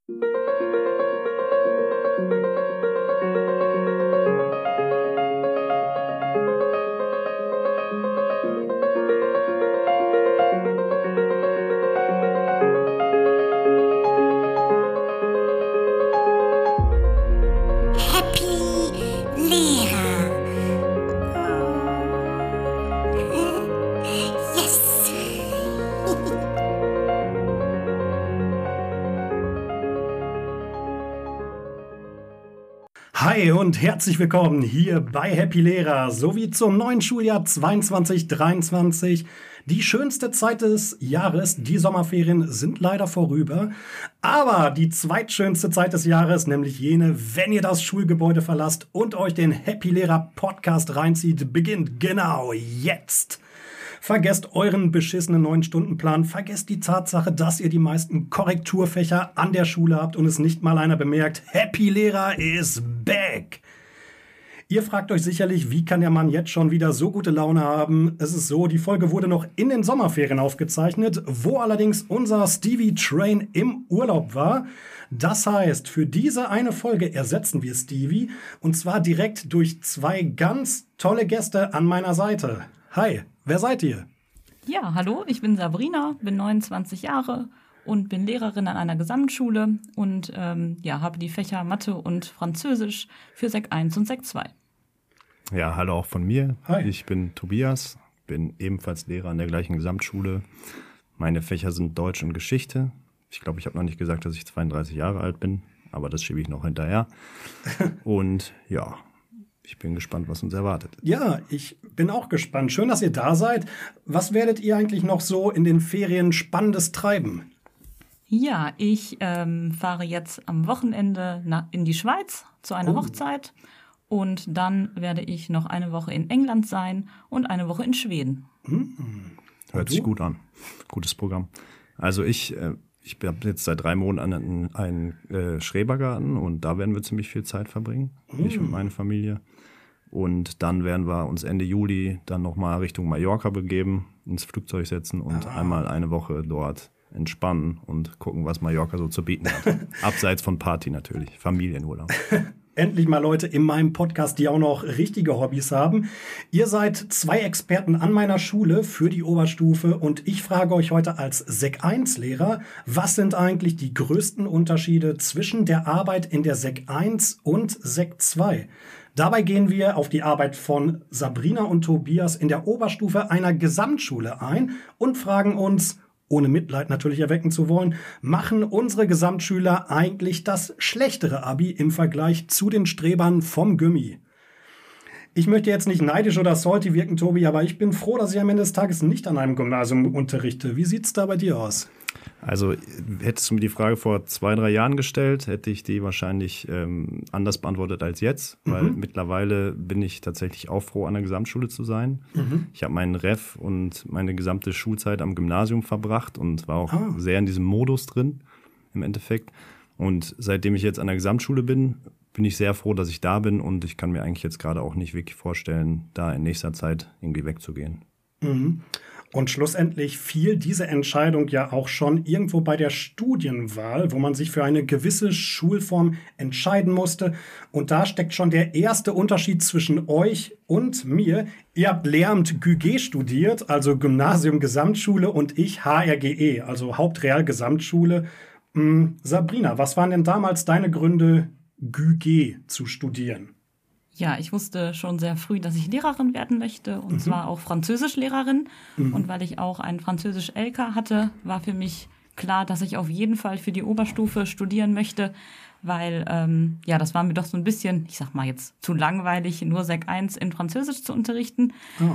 Hi und herzlich willkommen hier bei Happy Lehrer sowie zum neuen Schuljahr 22/23. Die schönste Zeit des Jahres, die Sommerferien, sind leider vorüber. Aber die zweitschönste Zeit des Jahres, nämlich jene, wenn ihr das Schulgebäude verlasst und euch den Happy Lehrer Podcast reinzieht, beginnt genau jetzt. Vergesst euren beschissenen 9-Stunden-Plan, vergesst die Tatsache, dass ihr die meisten Korrekturfächer an der Schule habt und es nicht mal einer bemerkt. Happy Lehrer is back! Ihr fragt euch sicherlich, wie kann der Mann jetzt schon wieder so gute Laune haben? Es ist so, die Folge wurde noch in den Sommerferien aufgezeichnet, wo allerdings unser Stevie Train im Urlaub war. Das heißt, für diese eine Folge ersetzen wir Stevie und zwar direkt durch zwei ganz tolle Gäste an meiner Seite. Hi, wer seid ihr? Ja, hallo, ich bin Sabrina, bin 29 Jahre und bin Lehrerin an einer Gesamtschule und habe die Fächer Mathe und Französisch für Sek 1 und Sek 2. Ja, hallo auch von mir. Hi. Ich bin Tobias, bin ebenfalls Lehrer an der gleichen Gesamtschule. Meine Fächer sind Deutsch und Geschichte. Ich glaube, ich habe noch nicht gesagt, dass ich 32 Jahre alt bin, aber das schiebe ich noch hinterher. Und ja, ich bin gespannt, was uns erwartet. Ja, ich bin auch gespannt. Schön, dass ihr da seid. Was werdet ihr eigentlich noch so in den Ferien Spannendes treiben? Ja, ich fahre jetzt am Wochenende in die Schweiz zu einer Hochzeit und dann werde ich noch eine Woche in England sein und eine Woche in Schweden. Hört sich gut an. Gutes Programm. Also ich habe jetzt seit 3 Monaten einen Schrebergarten und da werden wir ziemlich viel Zeit verbringen, ich und meine Familie. Und dann werden wir uns Ende Juli dann nochmal Richtung Mallorca begeben, ins Flugzeug setzen und einmal eine Woche dort entspannen und gucken, was Mallorca so zu bieten hat. Abseits von Party natürlich, Familienurlaub. Endlich mal Leute in meinem Podcast, die auch noch richtige Hobbys haben. Ihr seid 2 Experten an meiner Schule für die Oberstufe und ich frage euch heute als Sek 1 Lehrer, was sind eigentlich die größten Unterschiede zwischen der Arbeit in der Sek 1 und Sek 2? Dabei gehen wir auf die Arbeit von Sabrina und Tobias in der Oberstufe einer Gesamtschule ein und fragen uns, ohne Mitleid natürlich erwecken zu wollen, machen unsere Gesamtschüler eigentlich das schlechtere Abi im Vergleich zu den Strebern vom Gymi? Ich möchte jetzt nicht neidisch oder salty wirken, Tobi, aber ich bin froh, dass ich am Ende des Tages nicht an einem Gymnasium unterrichte. Wie sieht's da bei dir aus? Also hättest du mir die Frage vor 2-3 Jahren gestellt, hätte ich die wahrscheinlich anders beantwortet als jetzt, weil mittlerweile bin ich tatsächlich auch froh, an der Gesamtschule zu sein. Ich habe meinen Ref und meine gesamte Schulzeit am Gymnasium verbracht und war auch sehr in diesem Modus drin im Endeffekt. Und seitdem ich jetzt an der Gesamtschule bin ich sehr froh, dass ich da bin und ich kann mir eigentlich jetzt gerade auch nicht wirklich vorstellen, da in nächster Zeit irgendwie wegzugehen. Und schlussendlich fiel diese Entscheidung ja auch schon irgendwo bei der Studienwahl, wo man sich für eine gewisse Schulform entscheiden musste. Und da steckt schon der erste Unterschied zwischen euch und mir. Ihr habt Lehramt GÜG studiert, also Gymnasium Gesamtschule, und ich HRGE, also Hauptreal Gesamtschule. Sabrina, was waren denn damals deine Gründe, GÜG zu studieren? Ja, ich wusste schon sehr früh, dass ich Lehrerin werden möchte und zwar auch Französischlehrerin. Und weil ich auch ein Französisch-LK hatte, war für mich klar, dass ich auf jeden Fall für die Oberstufe studieren möchte, weil das war mir doch so ein bisschen, ich sag mal jetzt zu langweilig, nur Sek 1 in Französisch zu unterrichten.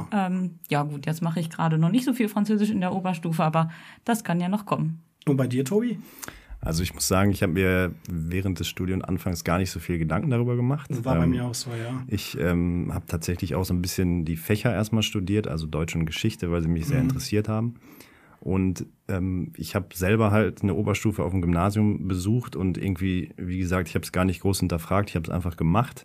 Jetzt mache ich gerade noch nicht so viel Französisch in der Oberstufe, aber das kann ja noch kommen. Und bei dir, Tobi? Also ich muss sagen, ich habe mir während des Studiums anfangs gar nicht so viel Gedanken darüber gemacht. Das war bei mir auch so, ja. Ich habe tatsächlich auch so ein bisschen die Fächer erstmal studiert, also Deutsch und Geschichte, weil sie mich sehr interessiert haben. Und ich habe selber halt eine Oberstufe auf dem Gymnasium besucht und irgendwie, wie gesagt, ich habe es gar nicht groß hinterfragt, ich habe es einfach gemacht.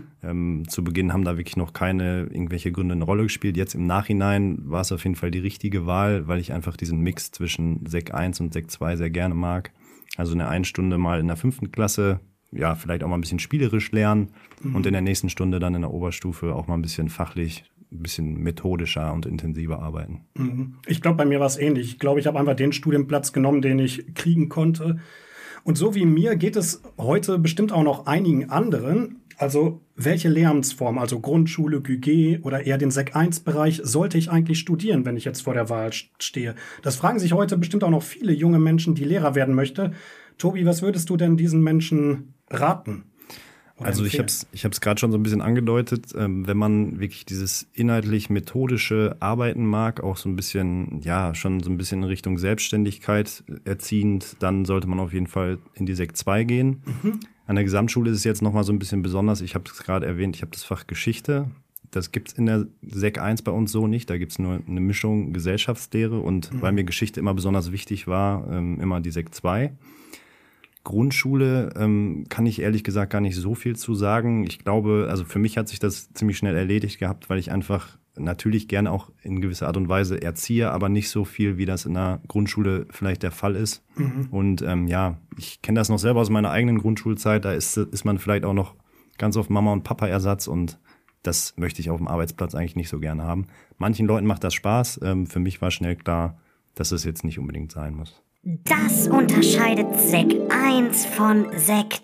Zu Beginn haben da wirklich noch keine irgendwelche Gründe eine Rolle gespielt. Jetzt im Nachhinein war es auf jeden Fall die richtige Wahl, weil ich einfach diesen Mix zwischen Sek 1 und Sek 2 sehr gerne mag. Also in der einen Stunde mal in der 5. Klasse, ja, vielleicht auch mal ein bisschen spielerisch lernen und in der nächsten Stunde dann in der Oberstufe auch mal ein bisschen fachlich, ein bisschen methodischer und intensiver arbeiten. Ich glaube, bei mir war es ähnlich. Ich glaube, ich habe einfach den Studienplatz genommen, den ich kriegen konnte. Und so wie mir geht es heute bestimmt auch noch einigen anderen. Also welche Lehramtsform, also Grundschule, GÜG oder eher den Sek-1-Bereich, sollte ich eigentlich studieren, wenn ich jetzt vor der Wahl stehe? Das fragen sich heute bestimmt auch noch viele junge Menschen, die Lehrer werden möchten. Tobi, was würdest du denn diesen Menschen raten? Also ich hab's gerade schon so ein bisschen angedeutet, wenn man wirklich dieses inhaltlich-methodische Arbeiten mag, auch so ein bisschen, ja, schon so ein bisschen in Richtung Selbstständigkeit erziehend, dann sollte man auf jeden Fall in die Sek 2 gehen. An der Gesamtschule ist es jetzt nochmal so ein bisschen besonders. Ich habe es gerade erwähnt, ich habe das Fach Geschichte. Das gibt's in der Sek 1 bei uns so nicht. Da gibt's nur eine Mischung Gesellschaftslehre und weil mir Geschichte immer besonders wichtig war, immer die Sek 2. Grundschule kann ich ehrlich gesagt gar nicht so viel zu sagen. Ich glaube, also für mich hat sich das ziemlich schnell erledigt gehabt, weil ich einfach natürlich gerne auch in gewisser Art und Weise erziehe, aber nicht so viel, wie das in der Grundschule vielleicht der Fall ist. Und ja, ich kenne das noch selber aus meiner eigenen Grundschulzeit. Da ist man vielleicht auch noch ganz oft Mama- und Papa-Ersatz und das möchte ich auf dem Arbeitsplatz eigentlich nicht so gerne haben. Manchen Leuten macht das Spaß. Für mich war schnell klar, dass es jetzt nicht unbedingt sein muss. Das unterscheidet Sek 1 von Sek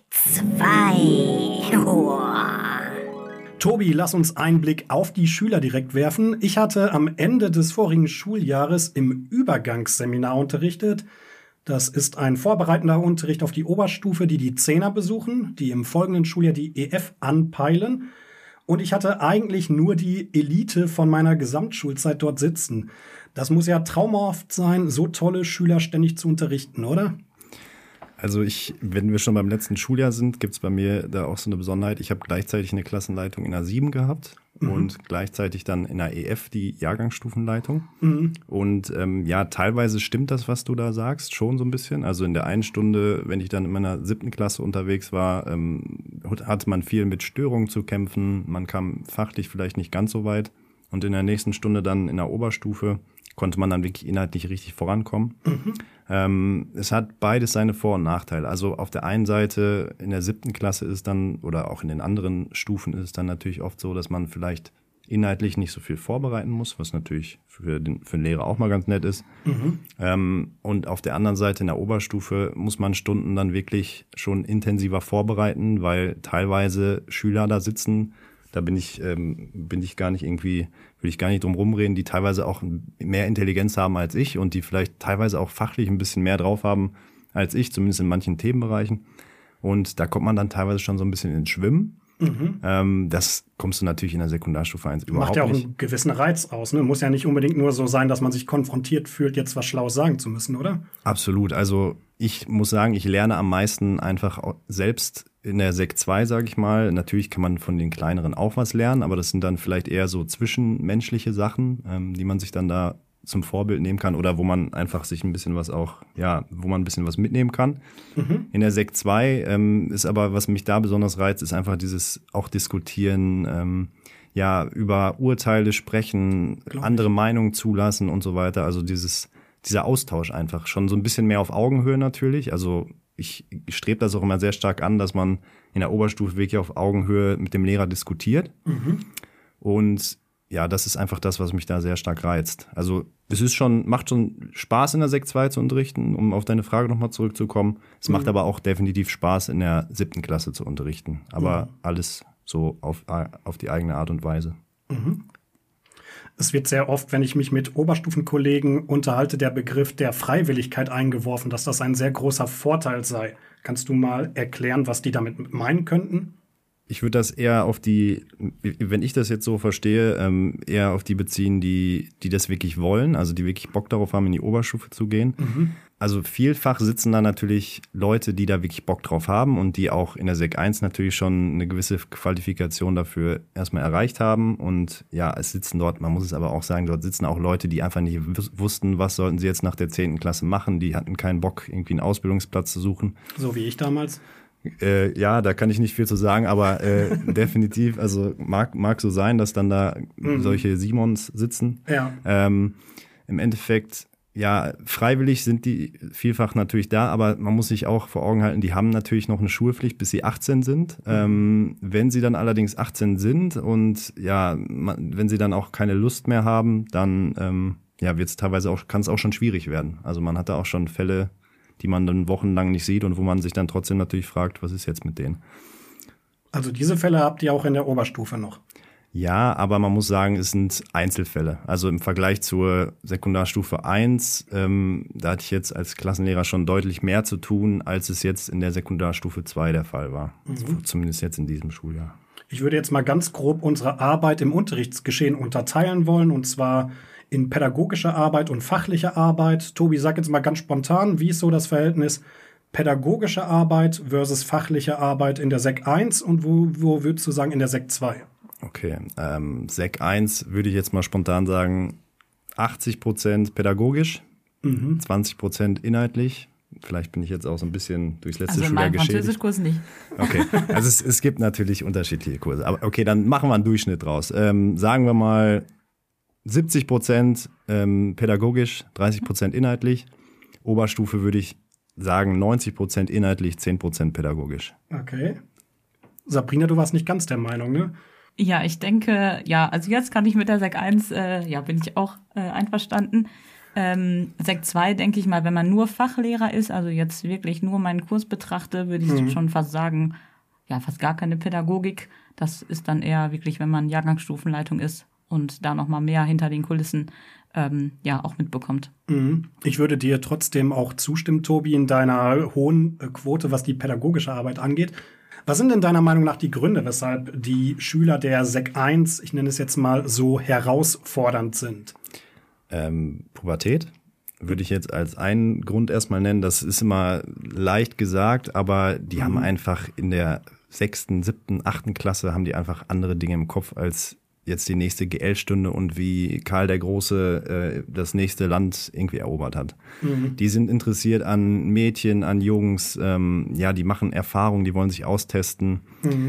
2. Tobi, lass uns einen Blick auf die Schüler direkt werfen. Ich hatte am Ende des vorigen Schuljahres im Übergangsseminar unterrichtet. Das ist ein vorbereitender Unterricht auf die Oberstufe, die 10er besuchen, die im folgenden Schuljahr die EF anpeilen. Und ich hatte eigentlich nur die Elite von meiner Gesamtschulzeit dort sitzen. Das muss ja traumhaft sein, so tolle Schüler ständig zu unterrichten, oder? Also wenn wir schon beim letzten Schuljahr sind, gibt's bei mir da auch so eine Besonderheit. Ich habe gleichzeitig eine Klassenleitung in der 7 gehabt und gleichzeitig dann in der EF die Jahrgangsstufenleitung. Und ja, teilweise stimmt das, was du da sagst, schon so ein bisschen. Also in der einen Stunde, wenn ich dann in meiner 7. Klasse unterwegs war, hatte man viel mit Störungen zu kämpfen. Man kam fachlich vielleicht nicht ganz so weit. Und in der nächsten Stunde dann in der Oberstufe konnte man dann wirklich inhaltlich richtig vorankommen. Es hat beides seine Vor- und Nachteile. Also auf der einen Seite in der 7. Klasse ist dann, oder auch in den anderen Stufen ist es dann natürlich oft so, dass man vielleicht inhaltlich nicht so viel vorbereiten muss, was natürlich für den Lehrer auch mal ganz nett ist. Und auf der anderen Seite in der Oberstufe muss man Stunden dann wirklich schon intensiver vorbereiten, weil teilweise Schüler da sitzen. Da bin ich gar nicht irgendwie, will ich gar nicht drum rumreden, die teilweise auch mehr Intelligenz haben als ich und die vielleicht teilweise auch fachlich ein bisschen mehr drauf haben als ich, zumindest in manchen Themenbereichen. Und da kommt man dann teilweise schon so ein bisschen ins Schwimmen. Das kommst du natürlich in der Sekundarstufe 1 überhaupt nicht. Macht ja auch einen gewissen Reiz aus, ne? Muss ja nicht unbedingt nur so sein, dass man sich konfrontiert fühlt, jetzt was Schlaues sagen zu müssen, oder? Absolut. Also ich muss sagen, ich lerne am meisten einfach selbst in der Sek 2, sage ich mal. Natürlich kann man von den kleineren auch was lernen, aber das sind dann vielleicht eher so zwischenmenschliche Sachen, die man sich dann da zum Vorbild nehmen kann oder wo man einfach sich ein bisschen was auch, ja, wo man ein bisschen was mitnehmen kann. In der Sek 2 ist aber, was mich da besonders reizt, ist einfach dieses auch diskutieren, ja, über Urteile sprechen, andere Meinungen zulassen und so weiter. Also dieser Austausch einfach schon so ein bisschen mehr auf Augenhöhe natürlich. Also ich strebe das auch immer sehr stark an, dass man in der Oberstufe wirklich auf Augenhöhe mit dem Lehrer diskutiert. Und ja, das ist einfach das, was mich da sehr stark reizt. Also macht schon Spaß in der Sek 2 zu unterrichten, um auf deine Frage nochmal zurückzukommen. Es macht aber auch definitiv Spaß, in der 7. Klasse zu unterrichten. Aber alles so auf die eigene Art und Weise. Es wird sehr oft, wenn ich mich mit Oberstufenkollegen unterhalte, der Begriff der Freiwilligkeit eingeworfen, dass das ein sehr großer Vorteil sei. Kannst du mal erklären, was die damit meinen könnten? Ich würde das eher wenn ich das jetzt so verstehe, eher auf die beziehen, die das wirklich wollen, also die wirklich Bock darauf haben, in die Oberstufe zu gehen. Also vielfach sitzen da natürlich Leute, die da wirklich Bock drauf haben und die auch in der Sek 1 natürlich schon eine gewisse Qualifikation dafür erstmal erreicht haben. Und ja, es sitzen dort, man muss es aber auch sagen, dort sitzen auch Leute, die einfach nicht wussten, was sollten sie jetzt nach der 10. Klasse machen. Die hatten keinen Bock, irgendwie einen Ausbildungsplatz zu suchen. So wie ich damals. Ja, da kann ich nicht viel zu sagen, aber definitiv, also mag so sein, dass dann da solche Simons sitzen. Ja. Im Endeffekt ja, freiwillig sind die vielfach natürlich da, aber man muss sich auch vor Augen halten, die haben natürlich noch eine Schulpflicht, bis sie 18 sind. Wenn sie dann allerdings 18 sind und ja, wenn sie dann auch keine Lust mehr haben, dann wird's teilweise auch, kann es auch schon schwierig werden. Also man hat da auch schon Fälle, die man dann wochenlang nicht sieht und wo man sich dann trotzdem natürlich fragt, was ist jetzt mit denen? Also diese Fälle habt ihr auch in der Oberstufe noch? Ja, aber man muss sagen, es sind Einzelfälle. Also im Vergleich zur Sekundarstufe 1, da hatte ich jetzt als Klassenlehrer schon deutlich mehr zu tun, als es jetzt in der Sekundarstufe 2 der Fall war. Also zumindest jetzt in diesem Schuljahr. Ich würde jetzt mal ganz grob unsere Arbeit im Unterrichtsgeschehen unterteilen wollen, und zwar in pädagogische Arbeit und fachliche Arbeit. Tobi, sag jetzt mal ganz spontan, wie ist so das Verhältnis pädagogische Arbeit versus fachliche Arbeit in der Sek 1 und wo würdest du sagen in der Sek 2? Okay, Sek 1 würde ich jetzt mal spontan sagen, 80% pädagogisch, 20% inhaltlich. Vielleicht bin ich jetzt auch so ein bisschen durchs letzte Schuljahr geschädigt. Also Französischkurs nicht. Okay, also es gibt natürlich unterschiedliche Kurse. Aber okay, dann machen wir einen Durchschnitt draus. Sagen wir mal 70% pädagogisch, 30% inhaltlich. Oberstufe würde ich sagen 90% inhaltlich, 10% pädagogisch. Okay. Sabrina, du warst nicht ganz der Meinung, ne? Ja, ich denke, ja, also jetzt kann ich mit der Sek 1, bin ich auch einverstanden. Sek 2, denke ich mal, wenn man nur Fachlehrer ist, also jetzt wirklich nur meinen Kurs betrachte, würde ich schon fast sagen, ja, fast gar keine Pädagogik. Das ist dann eher wirklich, wenn man Jahrgangsstufenleitung ist und da nochmal mehr hinter den Kulissen auch mitbekommt. Ich würde dir trotzdem auch zustimmen, Tobi, in deiner hohen Quote, was die pädagogische Arbeit angeht. Was sind denn deiner Meinung nach die Gründe, weshalb die Schüler der Sek 1, ich nenne es jetzt mal, so herausfordernd sind? Pubertät würde ich jetzt als einen Grund erstmal nennen. Das ist immer leicht gesagt, aber die haben einfach in der 6., 7., 8. Klasse haben die einfach andere Dinge im Kopf als jetzt die nächste GL-Stunde und wie Karl der Große das nächste Land irgendwie erobert hat. Die sind interessiert an Mädchen, an Jungs, die machen Erfahrungen, die wollen sich austesten.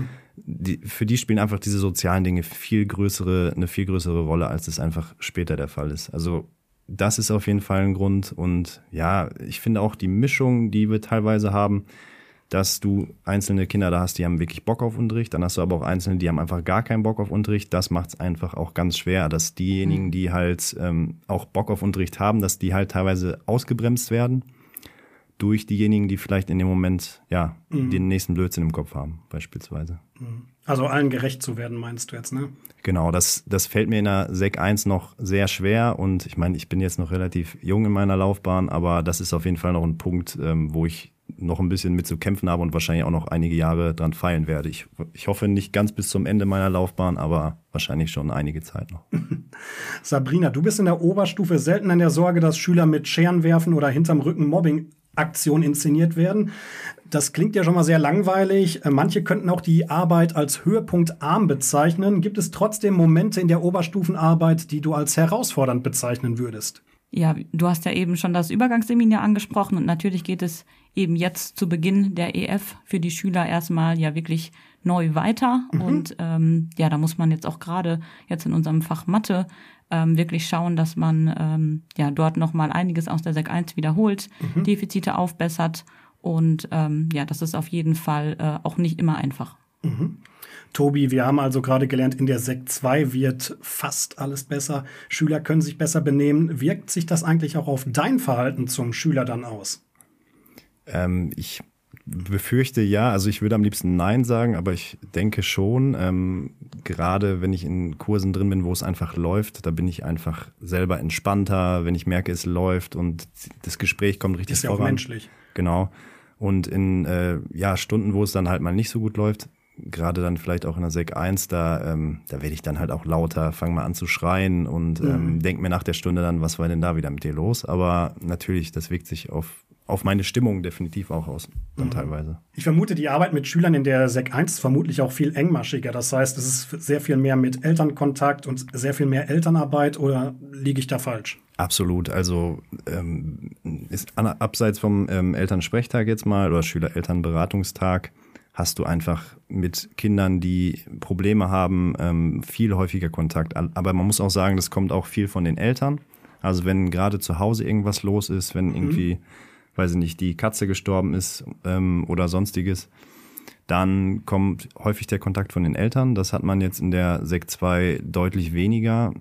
Für die spielen einfach diese sozialen Dinge eine viel größere Rolle, als es einfach später der Fall ist. Also das ist auf jeden Fall ein Grund. Und ja, ich finde auch die Mischung, die wir teilweise haben, dass du einzelne Kinder da hast, die haben wirklich Bock auf Unterricht, dann hast du aber auch Einzelne, die haben einfach gar keinen Bock auf Unterricht. Das macht es einfach auch ganz schwer, dass diejenigen, die halt auch Bock auf Unterricht haben, dass die halt teilweise ausgebremst werden durch diejenigen, die vielleicht in dem Moment den nächsten Blödsinn im Kopf haben, beispielsweise. Also allen gerecht zu werden, meinst du jetzt, ne? Genau, das fällt mir in der Sek 1 noch sehr schwer und ich meine, ich bin jetzt noch relativ jung in meiner Laufbahn, aber das ist auf jeden Fall noch ein Punkt, wo ich noch ein bisschen mit zu kämpfen habe und wahrscheinlich auch noch einige Jahre dran feilen werde. Ich hoffe nicht ganz bis zum Ende meiner Laufbahn, aber wahrscheinlich schon einige Zeit noch. Sabrina, du bist in der Oberstufe selten in der Sorge, dass Schüler mit Scheren werfen oder hinterm Rücken Mobbing-Aktionen inszeniert werden. Das klingt ja schon mal sehr langweilig. Manche könnten auch die Arbeit als Höhepunkt arm bezeichnen. Gibt es trotzdem Momente in der Oberstufenarbeit, die du als herausfordernd bezeichnen würdest? Ja, du hast ja eben schon das Übergangsseminar angesprochen und natürlich geht es eben jetzt zu Beginn der EF für die Schüler erstmal ja wirklich neu weiter. Und da muss man jetzt auch gerade jetzt in unserem Fach Mathe wirklich schauen, dass man dort nochmal einiges aus der Sek 1 wiederholt, Defizite aufbessert und das ist auf jeden Fall auch nicht immer einfach. Tobi, wir haben also gerade gelernt, in der Sek 2 wird fast alles besser. Schüler können sich besser benehmen. Wirkt sich das eigentlich auch auf dein Verhalten zum Schüler dann aus? Ich befürchte ja, also ich würde am liebsten Nein sagen, aber ich denke schon, gerade wenn ich in Kursen drin bin, wo es einfach läuft, da bin ich einfach selber entspannter, wenn ich merke, es läuft und das Gespräch kommt richtig voran. Ist ja auch menschlich. Genau. Und in Stunden, wo es dann halt mal nicht so gut läuft, gerade dann vielleicht auch in der Sek 1, da werde ich dann halt auch lauter, fange mal an zu schreien und denke mir nach der Stunde dann, was war denn da wieder mit dir los? Aber natürlich, das wirkt sich auf meine Stimmung definitiv auch aus, dann teilweise. Ich vermute, die Arbeit mit Schülern in der Sek 1 ist vermutlich auch viel engmaschiger. Das heißt, es ist sehr viel mehr mit Elternkontakt und sehr viel mehr Elternarbeit, oder liege ich da falsch? Absolut. Also ist abseits vom Elternsprechtag jetzt mal oder Schüler-Elternberatungstag hast du einfach mit Kindern, die Probleme haben, viel häufiger Kontakt. Aber man muss auch sagen, das kommt auch viel von den Eltern. Also wenn gerade zu Hause irgendwas los ist, wenn irgendwie, weiß ich nicht, die Katze gestorben ist oder sonstiges, dann kommt häufig der Kontakt von den Eltern. Das hat man jetzt in der Sek 2 deutlich weniger.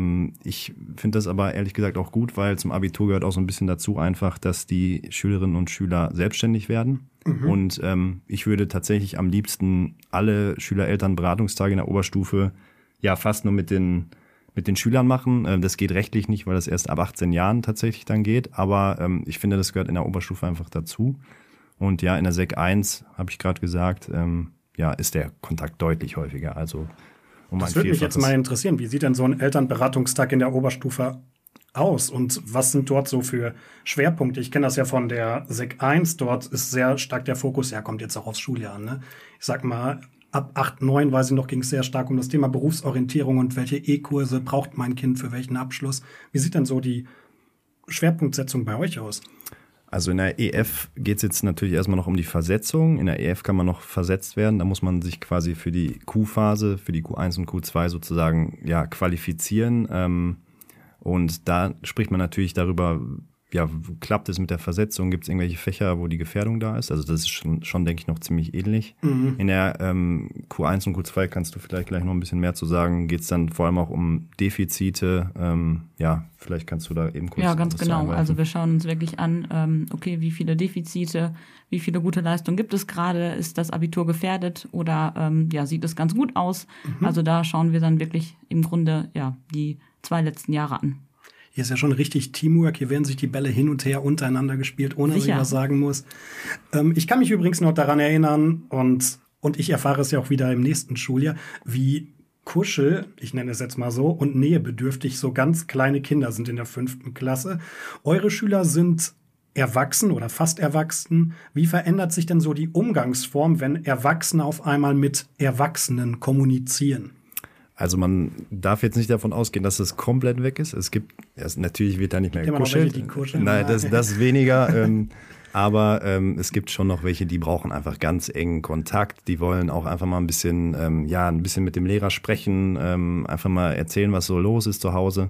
Ich finde das aber ehrlich gesagt auch gut, weil zum Abitur gehört auch so ein bisschen dazu einfach, dass die Schülerinnen und Schüler selbstständig werden. Und ich würde tatsächlich am liebsten alle Schüler-Eltern-Beratungstage in der Oberstufe ja fast nur mit den Schülern machen. Das geht rechtlich nicht, weil das erst ab 18 Jahren tatsächlich dann geht. Aber ich finde, das gehört in der Oberstufe einfach dazu. Und ja, in der Sek 1, habe ich gerade gesagt, ist der Kontakt deutlich häufiger. Also das würde mich jetzt mal interessieren. Wie sieht denn so ein Elternberatungstag in der Oberstufe aus? Und was sind dort so für Schwerpunkte? Ich kenne das ja von der Sek 1. Dort ist sehr stark der Fokus, kommt jetzt auch aufs Schuljahr, ne? Ich sag mal, ab 8, 9, weiß ich noch, ging es sehr stark um das Thema Berufsorientierung und welche E-Kurse braucht mein Kind für welchen Abschluss. Wie sieht denn so die Schwerpunktsetzung bei euch aus? Also in der EF geht es jetzt natürlich erstmal noch um die Versetzung. In der EF kann man noch versetzt werden. Da muss man sich quasi für die Q-Phase, für die Q1 und Q2 sozusagen qualifizieren. Und da spricht man natürlich darüber, klappt es mit der Versetzung? Gibt es irgendwelche Fächer, wo die Gefährdung da ist? Also das ist schon denke ich, noch ziemlich ähnlich. In der Q1 und Q2 kannst du vielleicht gleich noch ein bisschen mehr zu sagen. Geht es dann vor allem auch um Defizite? Vielleicht kannst du da eben kurz Ja, ganz genau. Also wir schauen uns wirklich an, wie viele Defizite, wie viele gute Leistungen gibt es gerade? Ist das Abitur gefährdet oder sieht es ganz gut aus? Also da schauen wir dann wirklich im Grunde die 2 letzten Jahre an. Hier ist ja schon richtig Teamwork. Hier werden sich die Bälle hin und her untereinander gespielt, ohne dass ich was sagen muss. Ich kann mich übrigens noch daran erinnern, und ich erfahre es ja auch wieder im nächsten Schuljahr, wie Kuschel, ich nenne es jetzt mal so, und nähebedürftig so ganz kleine Kinder sind in der 5. Klasse. Eure Schüler sind erwachsen oder fast erwachsen. Wie verändert sich denn so die Umgangsform, wenn Erwachsene auf einmal mit Erwachsenen kommunizieren? Also man darf jetzt nicht davon ausgehen, dass es komplett weg ist. Natürlich wird da nicht mehr gekuschelt. Nein, das weniger. Aber es gibt schon noch welche, die brauchen einfach ganz engen Kontakt. Die wollen auch einfach mal ein bisschen mit dem Lehrer sprechen, einfach mal erzählen, was so los ist zu Hause.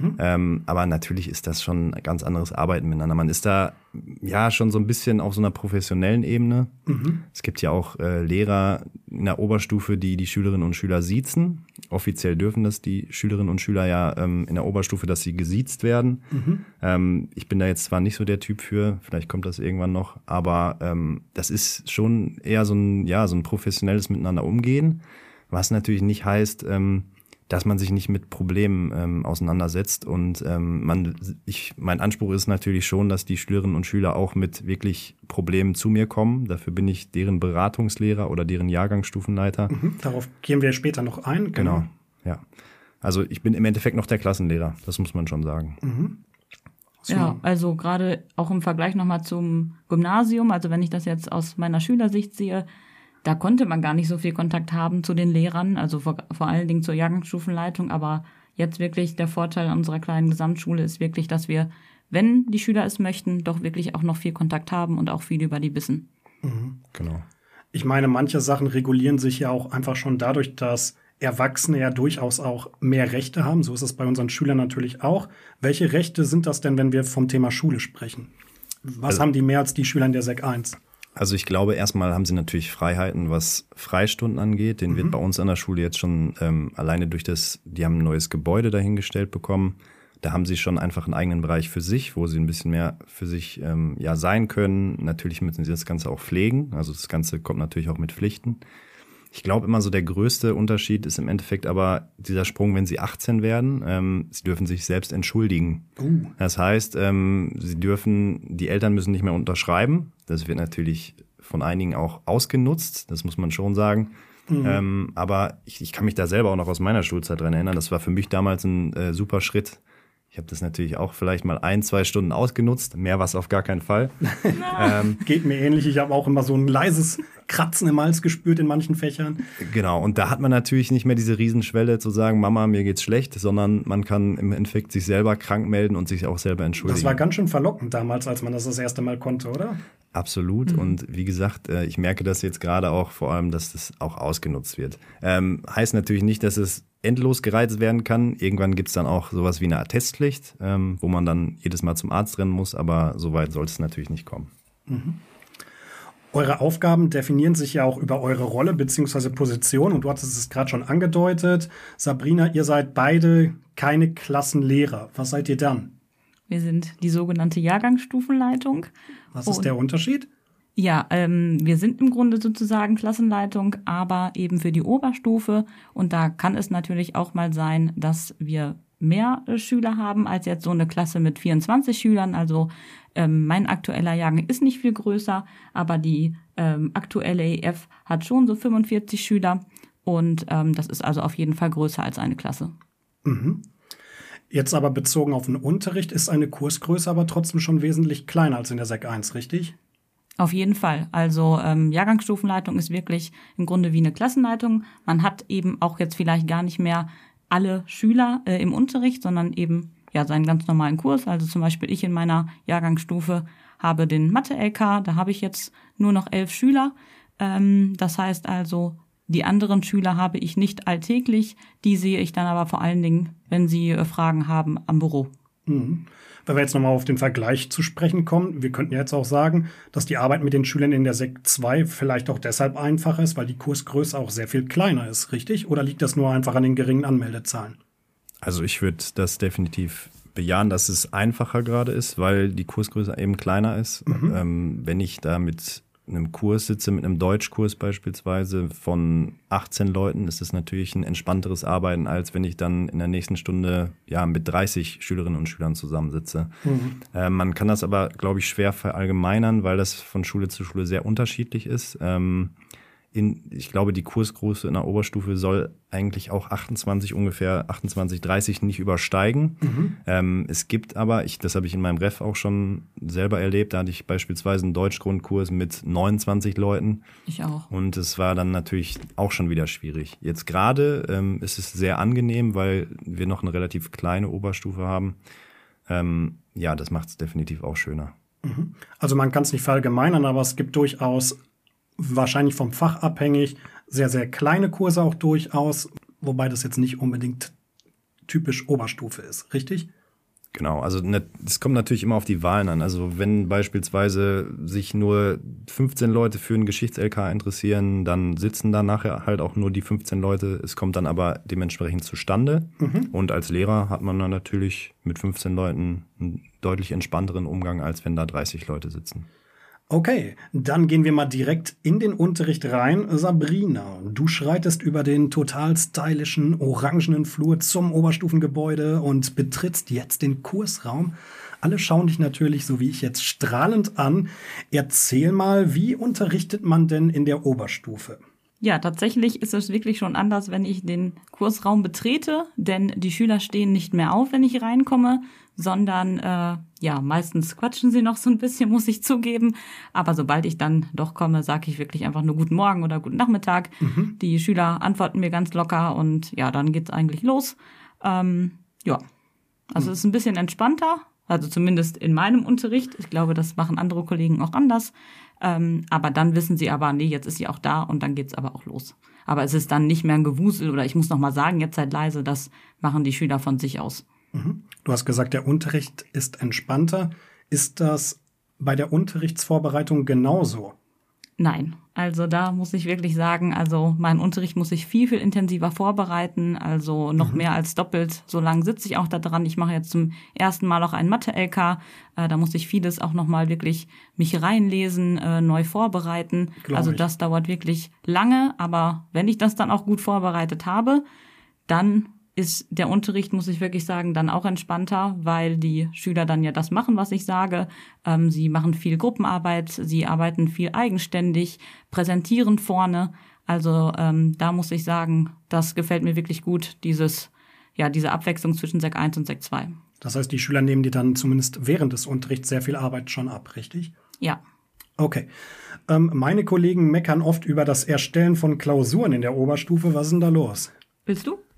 Aber natürlich ist das schon ein ganz anderes Arbeiten miteinander. Man ist da schon so ein bisschen auf so einer professionellen Ebene. Es gibt ja auch Lehrer in der Oberstufe, die Schülerinnen und Schüler siezen. Offiziell dürfen das die Schülerinnen und Schüler in der Oberstufe, dass sie gesiezt werden. Ich bin da jetzt zwar nicht so der Typ für, vielleicht kommt das irgendwann noch, aber das ist schon eher so ein professionelles Miteinander umgehen, was natürlich nicht heißt, dass man sich nicht mit Problemen auseinandersetzt. Und mein Anspruch ist natürlich schon, dass die Schülerinnen und Schüler auch mit wirklich Problemen zu mir kommen. Dafür bin ich deren Beratungslehrer oder deren Jahrgangsstufenleiter. Darauf gehen wir später noch ein. Genau, ja. Also ich bin im Endeffekt noch der Klassenlehrer, das muss man schon sagen. So. Ja, also gerade auch im Vergleich nochmal zum Gymnasium, also wenn ich das jetzt aus meiner Schülersicht sehe, da konnte man gar nicht so viel Kontakt haben zu den Lehrern, also vor allen Dingen zur Jahrgangsstufenleitung. Aber jetzt wirklich der Vorteil unserer kleinen Gesamtschule ist wirklich, dass wir, wenn die Schüler es möchten, doch wirklich auch noch viel Kontakt haben und auch viel über die wissen. Genau. Ich meine, manche Sachen regulieren sich ja auch einfach schon dadurch, dass Erwachsene ja durchaus auch mehr Rechte haben. So ist es bei unseren Schülern natürlich auch. Welche Rechte sind das denn, wenn wir vom Thema Schule sprechen? Was haben die mehr als die Schüler in der Sek 1? Also ich glaube, erstmal haben sie natürlich Freiheiten, was Freistunden angeht. Den wird bei uns an der Schule jetzt schon alleine die haben ein neues Gebäude dahingestellt bekommen. Da haben sie schon einfach einen eigenen Bereich für sich, wo sie ein bisschen mehr für sich sein können. Natürlich müssen sie das Ganze auch pflegen. Also das Ganze kommt natürlich auch mit Pflichten. Ich glaube immer so, der größte Unterschied ist im Endeffekt aber dieser Sprung, wenn sie 18 werden. Sie dürfen sich selbst entschuldigen. Das heißt, die Eltern müssen nicht mehr unterschreiben. Das wird natürlich von einigen auch ausgenutzt. Das muss man schon sagen. Aber ich kann mich da selber auch noch aus meiner Schulzeit dran erinnern. Das war für mich damals ein super Schritt. Ich habe das natürlich auch vielleicht mal 1-2 Stunden ausgenutzt. Mehr war es auf gar keinen Fall. Geht mir ähnlich. Ich habe auch immer so ein leises Kratzen im Hals gespürt in manchen Fächern. Genau, und da hat man natürlich nicht mehr diese Riesenschwelle zu sagen, Mama, mir geht's schlecht, sondern man kann im Endeffekt sich selber krank melden und sich auch selber entschuldigen. Das war ganz schön verlockend damals, als man das erste Mal konnte, oder? Absolut. Und wie gesagt, ich merke das jetzt gerade auch vor allem, dass das auch ausgenutzt wird. Heißt natürlich nicht, dass es endlos gereizt werden kann. Irgendwann gibt es dann auch sowas wie eine Attestpflicht, wo man dann jedes Mal zum Arzt rennen muss, aber so weit soll es natürlich nicht kommen. Mhm. Eure Aufgaben definieren sich ja auch über eure Rolle bzw. Position und du hattest es gerade schon angedeutet. Sabrina, ihr seid beide keine Klassenlehrer. Was seid ihr dann? Wir sind die sogenannte Jahrgangsstufenleitung. Was ist der Unterschied? Ja, wir sind im Grunde sozusagen Klassenleitung, aber eben für die Oberstufe. Und da kann es natürlich auch mal sein, dass wir mehr Schüler haben als jetzt so eine Klasse mit 24 Schülern. Also mein aktueller Jahrgang ist nicht viel größer, aber die aktuelle EF hat schon so 45 Schüler. Und das ist also auf jeden Fall größer als eine Klasse. Mhm. Jetzt aber bezogen auf den Unterricht ist eine Kursgröße aber trotzdem schon wesentlich kleiner als in der Sek 1, richtig? Auf jeden Fall. Also Jahrgangsstufenleitung ist wirklich im Grunde wie eine Klassenleitung. Man hat eben auch jetzt vielleicht gar nicht mehr alle Schüler im Unterricht, sondern eben ja seinen ganz normalen Kurs. Also zum Beispiel ich in meiner Jahrgangsstufe habe den Mathe-LK, da habe ich jetzt nur noch 11 Schüler. Das heißt also, die anderen Schüler habe ich nicht alltäglich, die sehe ich dann aber vor allen Dingen, wenn sie Fragen haben, am Büro. Mhm. Wenn wir jetzt nochmal auf den Vergleich zu sprechen kommen, wir könnten jetzt auch sagen, dass die Arbeit mit den Schülern in der Sek 2 vielleicht auch deshalb einfacher ist, weil die Kursgröße auch sehr viel kleiner ist, richtig? Oder liegt das nur einfach an den geringen Anmeldezahlen? Also ich würde das definitiv bejahen, dass es einfacher gerade ist, weil die Kursgröße eben kleiner ist. Wenn ich da mit einem Kurs sitze, mit einem Deutschkurs beispielsweise von 18 Leuten, ist es natürlich ein entspannteres Arbeiten, als wenn ich dann in der nächsten Stunde ja mit 30 Schülerinnen und Schülern zusammensitze. Man kann das aber, glaube ich, schwer verallgemeinern, weil das von Schule zu Schule sehr unterschiedlich ist. Ich glaube, die Kursgröße in der Oberstufe soll eigentlich auch 28, 30 nicht übersteigen. Es gibt aber, das habe ich in meinem Ref auch schon selber erlebt, da hatte ich beispielsweise einen Deutschgrundkurs mit 29 Leuten. Ich auch. Und es war dann natürlich auch schon wieder schwierig. Jetzt gerade ist es sehr angenehm, weil wir noch eine relativ kleine Oberstufe haben. Ja, das macht es definitiv auch schöner. Also man kann es nicht verallgemeinern, aber es gibt durchaus wahrscheinlich vom Fach abhängig, sehr, sehr kleine Kurse auch durchaus, wobei das jetzt nicht unbedingt typisch Oberstufe ist, richtig? Genau, also es kommt natürlich immer auf die Wahlen an. Also wenn beispielsweise sich nur 15 Leute für einen Geschichts-LK interessieren, dann sitzen da nachher halt auch nur die 15 Leute. Es kommt dann aber dementsprechend zustande. Und als Lehrer hat man dann natürlich mit 15 Leuten einen deutlich entspannteren Umgang, als wenn da 30 Leute sitzen. Okay, dann gehen wir mal direkt in den Unterricht rein. Sabrina, du schreitest über den total stylischen, orangenen Flur zum Oberstufengebäude und betrittst jetzt den Kursraum. Alle schauen dich natürlich, so wie ich jetzt, strahlend an. Erzähl mal, wie unterrichtet man denn in der Oberstufe? Ja, tatsächlich ist es wirklich schon anders, wenn ich den Kursraum betrete, denn die Schüler stehen nicht mehr auf, wenn ich reinkomme, sondern meistens quatschen sie noch so ein bisschen, muss ich zugeben. Aber sobald ich dann doch komme, sage ich wirklich einfach nur guten Morgen oder guten Nachmittag. Die Schüler antworten mir ganz locker und ja, dann geht's eigentlich los. Es ist ein bisschen entspannter, also zumindest in meinem Unterricht. Ich glaube, das machen andere Kollegen auch anders. Aber dann wissen sie aber, nee, jetzt ist sie auch da und dann geht's aber auch los. Aber es ist dann nicht mehr ein Gewusel oder ich muss noch mal sagen, jetzt seid leise, das machen die Schüler von sich aus. Du hast gesagt, der Unterricht ist entspannter. Ist das bei der Unterrichtsvorbereitung genauso? Nein, also da muss ich wirklich sagen, also mein Unterricht muss ich viel, viel intensiver vorbereiten, also noch mehr als doppelt so lang sitze ich auch da dran. Ich mache jetzt zum ersten Mal auch einen Mathe-LK, da muss ich vieles auch noch mal wirklich mich reinlesen, neu vorbereiten. Also das dauert wirklich lange, aber wenn ich das dann auch gut vorbereitet habe, dann ist der Unterricht, muss ich wirklich sagen, dann auch entspannter, weil die Schüler dann ja das machen, was ich sage. Sie machen viel Gruppenarbeit, sie arbeiten viel eigenständig, präsentieren vorne. Also da muss ich sagen, das gefällt mir wirklich gut, diese Abwechslung zwischen Sek 1 und Sek 2. Das heißt, die Schüler nehmen dir dann zumindest während des Unterrichts sehr viel Arbeit schon ab, richtig? Ja. Okay. Meine Kollegen meckern oft über das Erstellen von Klausuren in der Oberstufe. Was ist denn da los? Willst du?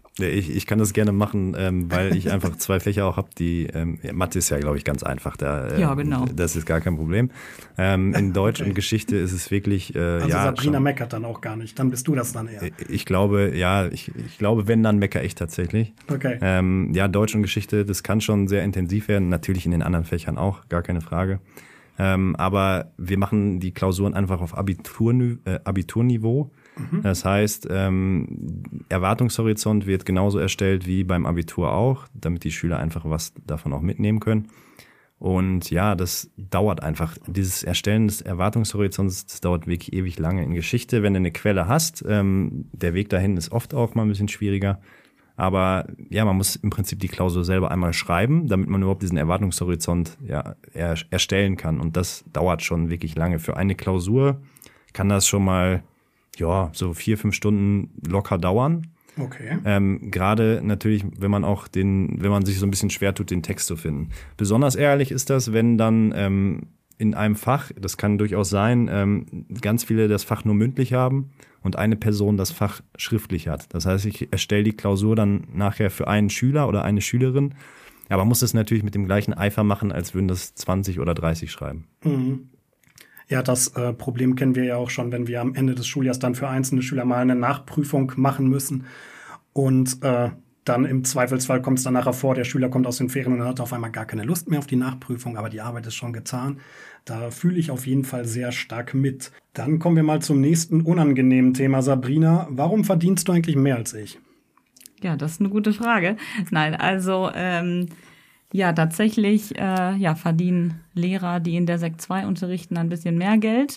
Ich kann das gerne machen, weil ich einfach 2 Fächer auch habe, die Mathe ist ja, glaube ich, ganz einfach. Ja, genau. Das ist gar kein Problem. In Deutsch und Geschichte ist es wirklich Sabrina meckert dann auch gar nicht. Dann bist du das dann eher. Ich glaube, wenn, dann meckere ich tatsächlich. Okay. Deutsch und Geschichte, das kann schon sehr intensiv werden. Natürlich in den anderen Fächern auch, gar keine Frage. Aber wir machen die Klausuren einfach auf Abiturniveau. Das heißt, Erwartungshorizont wird genauso erstellt wie beim Abitur auch, damit die Schüler einfach was davon auch mitnehmen können. Und ja, das dauert einfach. Dieses Erstellen des Erwartungshorizonts, das dauert wirklich ewig lange. In Geschichte, wenn du eine Quelle hast, der Weg dahin ist oft auch mal ein bisschen schwieriger. Aber ja, man muss im Prinzip die Klausur selber einmal schreiben, damit man überhaupt diesen Erwartungshorizont erstellen kann. Und das dauert schon wirklich lange. Für eine Klausur kann das schon mal so 4-5 Stunden locker dauern. Okay. Gerade natürlich, wenn man sich so ein bisschen schwer tut, den Text zu finden. Besonders ärgerlich ist das, wenn dann in einem Fach, das kann durchaus sein, ganz viele das Fach nur mündlich haben und eine Person das Fach schriftlich hat. Das heißt, ich erstelle die Klausur dann nachher für einen Schüler oder eine Schülerin, aber man muss es natürlich mit dem gleichen Eifer machen, als würden das 20 oder 30 schreiben. Mhm. Ja, das Problem kennen wir ja auch schon, wenn wir am Ende des Schuljahres dann für einzelne Schüler mal eine Nachprüfung machen müssen. Und dann im Zweifelsfall kommt es dann nachher vor, der Schüler kommt aus den Ferien und hat auf einmal gar keine Lust mehr auf die Nachprüfung, aber die Arbeit ist schon getan. Da fühle ich auf jeden Fall sehr stark mit. Dann kommen wir mal zum nächsten unangenehmen Thema. Sabrina, warum verdienst du eigentlich mehr als ich? Ja, das ist eine gute Frage. Nein, also tatsächlich verdienen Lehrer, die in der Sek 2 unterrichten, ein bisschen mehr Geld.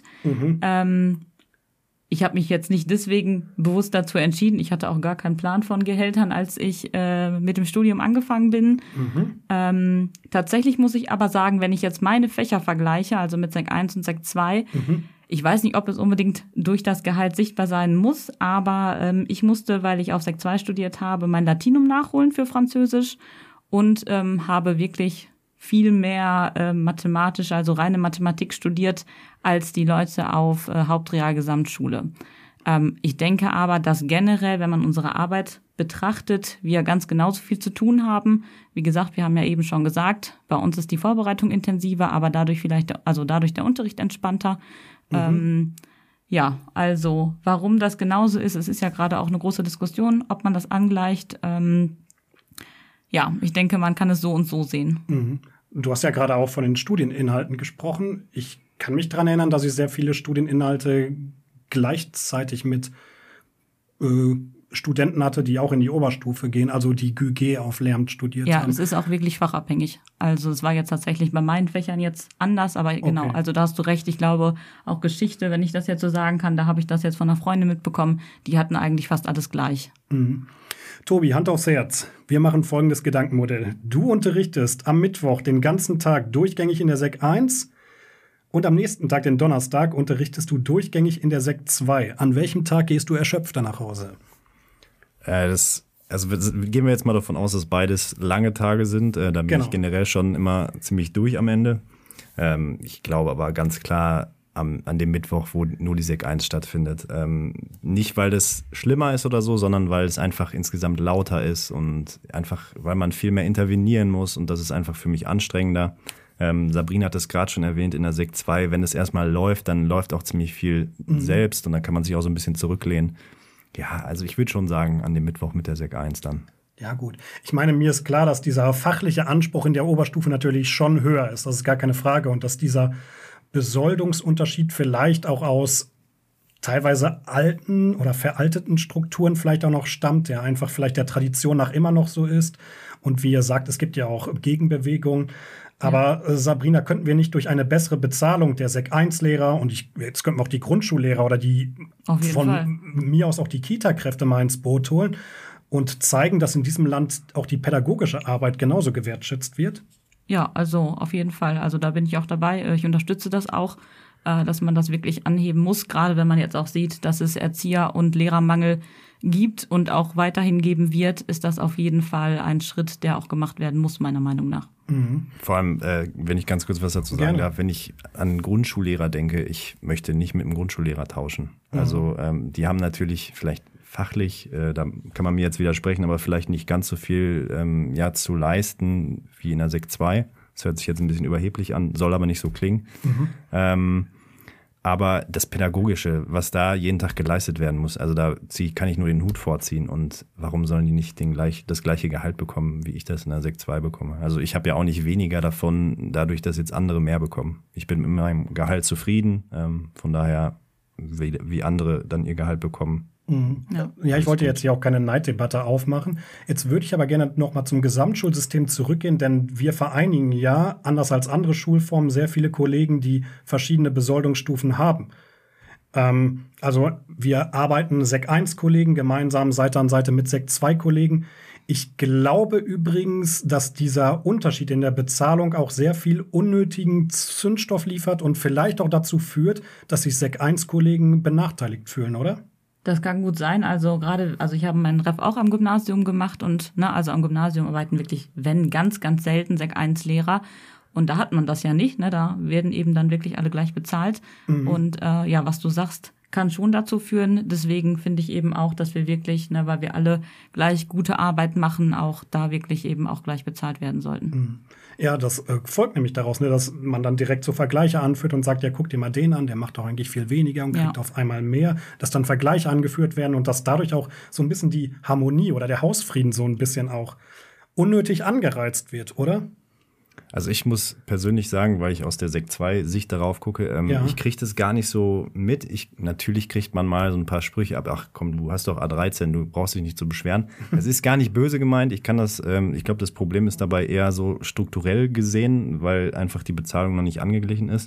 Ich habe mich jetzt nicht deswegen bewusst dazu entschieden. Ich hatte auch gar keinen Plan von Gehältern, als ich mit dem Studium angefangen bin. Tatsächlich muss ich aber sagen, wenn ich jetzt meine Fächer vergleiche, also mit Sek 1 und Sek 2, ich weiß nicht, ob es unbedingt durch das Gehalt sichtbar sein muss, aber ich musste, weil ich auf Sek 2 studiert habe, mein Latinum nachholen für Französisch und habe wirklich viel mehr mathematisch, also reine Mathematik studiert, als die Leute auf Hauptrealgesamtschule. Ich denke aber, dass generell, wenn man unsere Arbeit betrachtet, wir ganz genauso viel zu tun haben. Wie gesagt, wir haben ja eben schon gesagt, bei uns ist die Vorbereitung intensiver, aber dadurch der Unterricht entspannter. Also warum das genauso ist, es ist ja gerade auch eine große Diskussion, ob man das angleicht. Ich denke, man kann es so und so sehen. Du hast ja gerade auch von den Studieninhalten gesprochen. Ich kann mich daran erinnern, dass ich sehr viele Studieninhalte gleichzeitig mit Studenten hatte, die auch in die Oberstufe gehen, also die GÜG auf Lehramt studiert haben. Ja, es ist auch wirklich fachabhängig. Also es war jetzt tatsächlich bei meinen Fächern jetzt anders, aber genau, also da hast du recht. Ich glaube, auch Geschichte, wenn ich das jetzt so sagen kann, da habe ich das jetzt von einer Freundin mitbekommen, die hatten eigentlich fast alles gleich. Tobi, Hand aufs Herz. Wir machen folgendes Gedankenmodell. Du unterrichtest am Mittwoch den ganzen Tag durchgängig in der Sek 1 und am nächsten Tag, den Donnerstag, unterrichtest du durchgängig in der Sek 2. An welchem Tag gehst du erschöpfter nach Hause? Gehen wir jetzt mal davon aus, dass beides lange Tage sind. Da bin ich generell schon immer ziemlich durch am Ende. Ich glaube aber ganz klar an dem Mittwoch, wo nur die Sek 1 stattfindet. Nicht, weil das schlimmer ist oder so, sondern weil es einfach insgesamt lauter ist und einfach, weil man viel mehr intervenieren muss und das ist einfach für mich anstrengender. Sabrina hat es gerade schon erwähnt, in der Sek 2, wenn es erstmal läuft, dann läuft auch ziemlich viel selbst und dann kann man sich auch so ein bisschen zurücklehnen. Ja, also ich würde schon sagen, an dem Mittwoch mit der Sek 1 dann. Ja gut, ich meine, mir ist klar, dass dieser fachliche Anspruch in der Oberstufe natürlich schon höher ist, das ist gar keine Frage und dass dieser Besoldungsunterschied vielleicht auch aus teilweise alten oder veralteten Strukturen vielleicht auch noch stammt, der einfach vielleicht der Tradition nach immer noch so ist. Und wie ihr sagt, es gibt ja auch Gegenbewegungen. Aber Sabrina, könnten wir nicht durch eine bessere Bezahlung der Sek 1-Lehrer und jetzt könnten wir auch die Grundschullehrer oder die von mir aus auch die Kita-Kräfte mal ins Boot holen und zeigen, dass in diesem Land auch die pädagogische Arbeit genauso gewertschätzt wird? Ja, also auf jeden Fall. Also da bin ich auch dabei. Ich unterstütze das auch, dass man das wirklich anheben muss, gerade wenn man jetzt auch sieht, dass es Erzieher- und Lehrermangel gibt und auch weiterhin geben wird, ist das auf jeden Fall ein Schritt, der auch gemacht werden muss, meiner Meinung nach. Vor allem, wenn ich ganz kurz was dazu sagen darf, wenn ich an Grundschullehrer denke, ich möchte nicht mit einem Grundschullehrer tauschen. Also die haben natürlich vielleicht fachlich, da kann man mir jetzt widersprechen, aber vielleicht nicht ganz so viel zu leisten wie in der Sek 2. Das hört sich jetzt ein bisschen überheblich an, soll aber nicht so klingen. Aber das Pädagogische, was da jeden Tag geleistet werden muss, also da kann ich nur den Hut vorziehen. Und warum sollen die nicht das gleiche Gehalt bekommen, wie ich das in der Sek 2 bekomme? Also ich habe ja auch nicht weniger davon, dadurch, dass jetzt andere mehr bekommen. Ich bin mit meinem Gehalt zufrieden, von daher, wie andere dann ihr Gehalt bekommen. Ja, ich wollte jetzt hier auch keine Neiddebatte aufmachen. Jetzt würde ich aber gerne nochmal zum Gesamtschulsystem zurückgehen, denn wir vereinigen ja, anders als andere Schulformen, sehr viele Kollegen, die verschiedene Besoldungsstufen haben. Also wir arbeiten Sek 1 Kollegen gemeinsam Seite an Seite mit Sek 2 Kollegen. Ich glaube übrigens, dass dieser Unterschied in der Bezahlung auch sehr viel unnötigen Zündstoff liefert und vielleicht auch dazu führt, dass sich Sek 1 Kollegen benachteiligt fühlen, oder? Das kann gut sein. Also ich habe meinen Ref auch am Gymnasium gemacht und also am Gymnasium arbeiten wirklich, wenn ganz, ganz selten Sek 1 Lehrer. Und da hat man das ja nicht, ne? Da werden eben dann wirklich alle gleich bezahlt. Und was du sagst, kann schon dazu führen. Deswegen finde ich eben auch, dass wir wirklich, weil wir alle gleich gute Arbeit machen, auch da wirklich eben auch gleich bezahlt werden sollten. Ja, das folgt nämlich daraus, dass man dann direkt so Vergleiche anführt und sagt, ja, guck dir mal den an, der macht doch eigentlich viel weniger und kriegt auf einmal mehr. Dass dann Vergleiche angeführt werden und dass dadurch auch so ein bisschen die Harmonie oder der Hausfrieden so ein bisschen auch unnötig angereizt wird, oder? Also ich muss persönlich sagen, weil ich aus der Sek 2 Sicht darauf gucke, ich kriege das gar nicht so mit. Natürlich kriegt man mal so ein paar Sprüche ab, ach komm, du hast doch A13, du brauchst dich nicht zu beschweren. Das ist gar nicht böse gemeint. Ich glaube, das Problem ist dabei eher so strukturell gesehen, weil einfach die Bezahlung noch nicht angeglichen ist.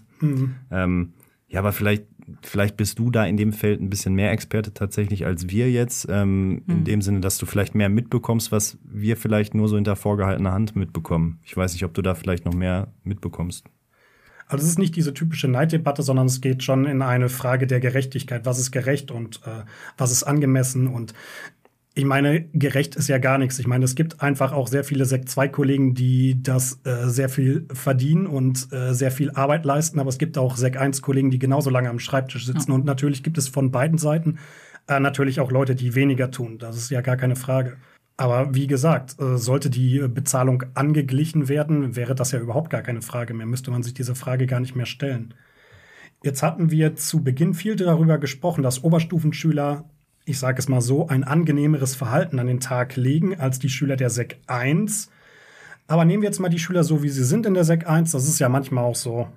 Aber vielleicht bist du da in dem Feld ein bisschen mehr Experte tatsächlich als wir jetzt, in dem Sinne, dass du vielleicht mehr mitbekommst, was wir vielleicht nur so hinter vorgehaltener Hand mitbekommen. Ich weiß nicht, ob du da vielleicht noch mehr mitbekommst. Also es ist nicht diese typische Neiddebatte, sondern es geht schon in eine Frage der Gerechtigkeit. Was ist gerecht und was ist angemessen? Und ich meine, gerecht ist ja gar nichts. Ich meine, es gibt einfach auch sehr viele Sek 2 Kollegen, die das sehr viel verdienen und sehr viel Arbeit leisten. Aber es gibt auch Sek 1 Kollegen, die genauso lange am Schreibtisch sitzen. Und natürlich gibt es von beiden Seiten natürlich auch Leute, die weniger tun. Das ist ja gar keine Frage. Aber wie gesagt, sollte die Bezahlung angeglichen werden, wäre das ja überhaupt gar keine Frage mehr. Müsste man sich diese Frage gar nicht mehr stellen. Jetzt hatten wir zu Beginn viel darüber gesprochen, dass Oberstufenschüler, ich sage es mal so, ein angenehmeres Verhalten an den Tag legen als die Schüler der Sek 1. Aber nehmen wir jetzt mal die Schüler so, wie sie sind in der Sek 1. Das ist ja manchmal auch so,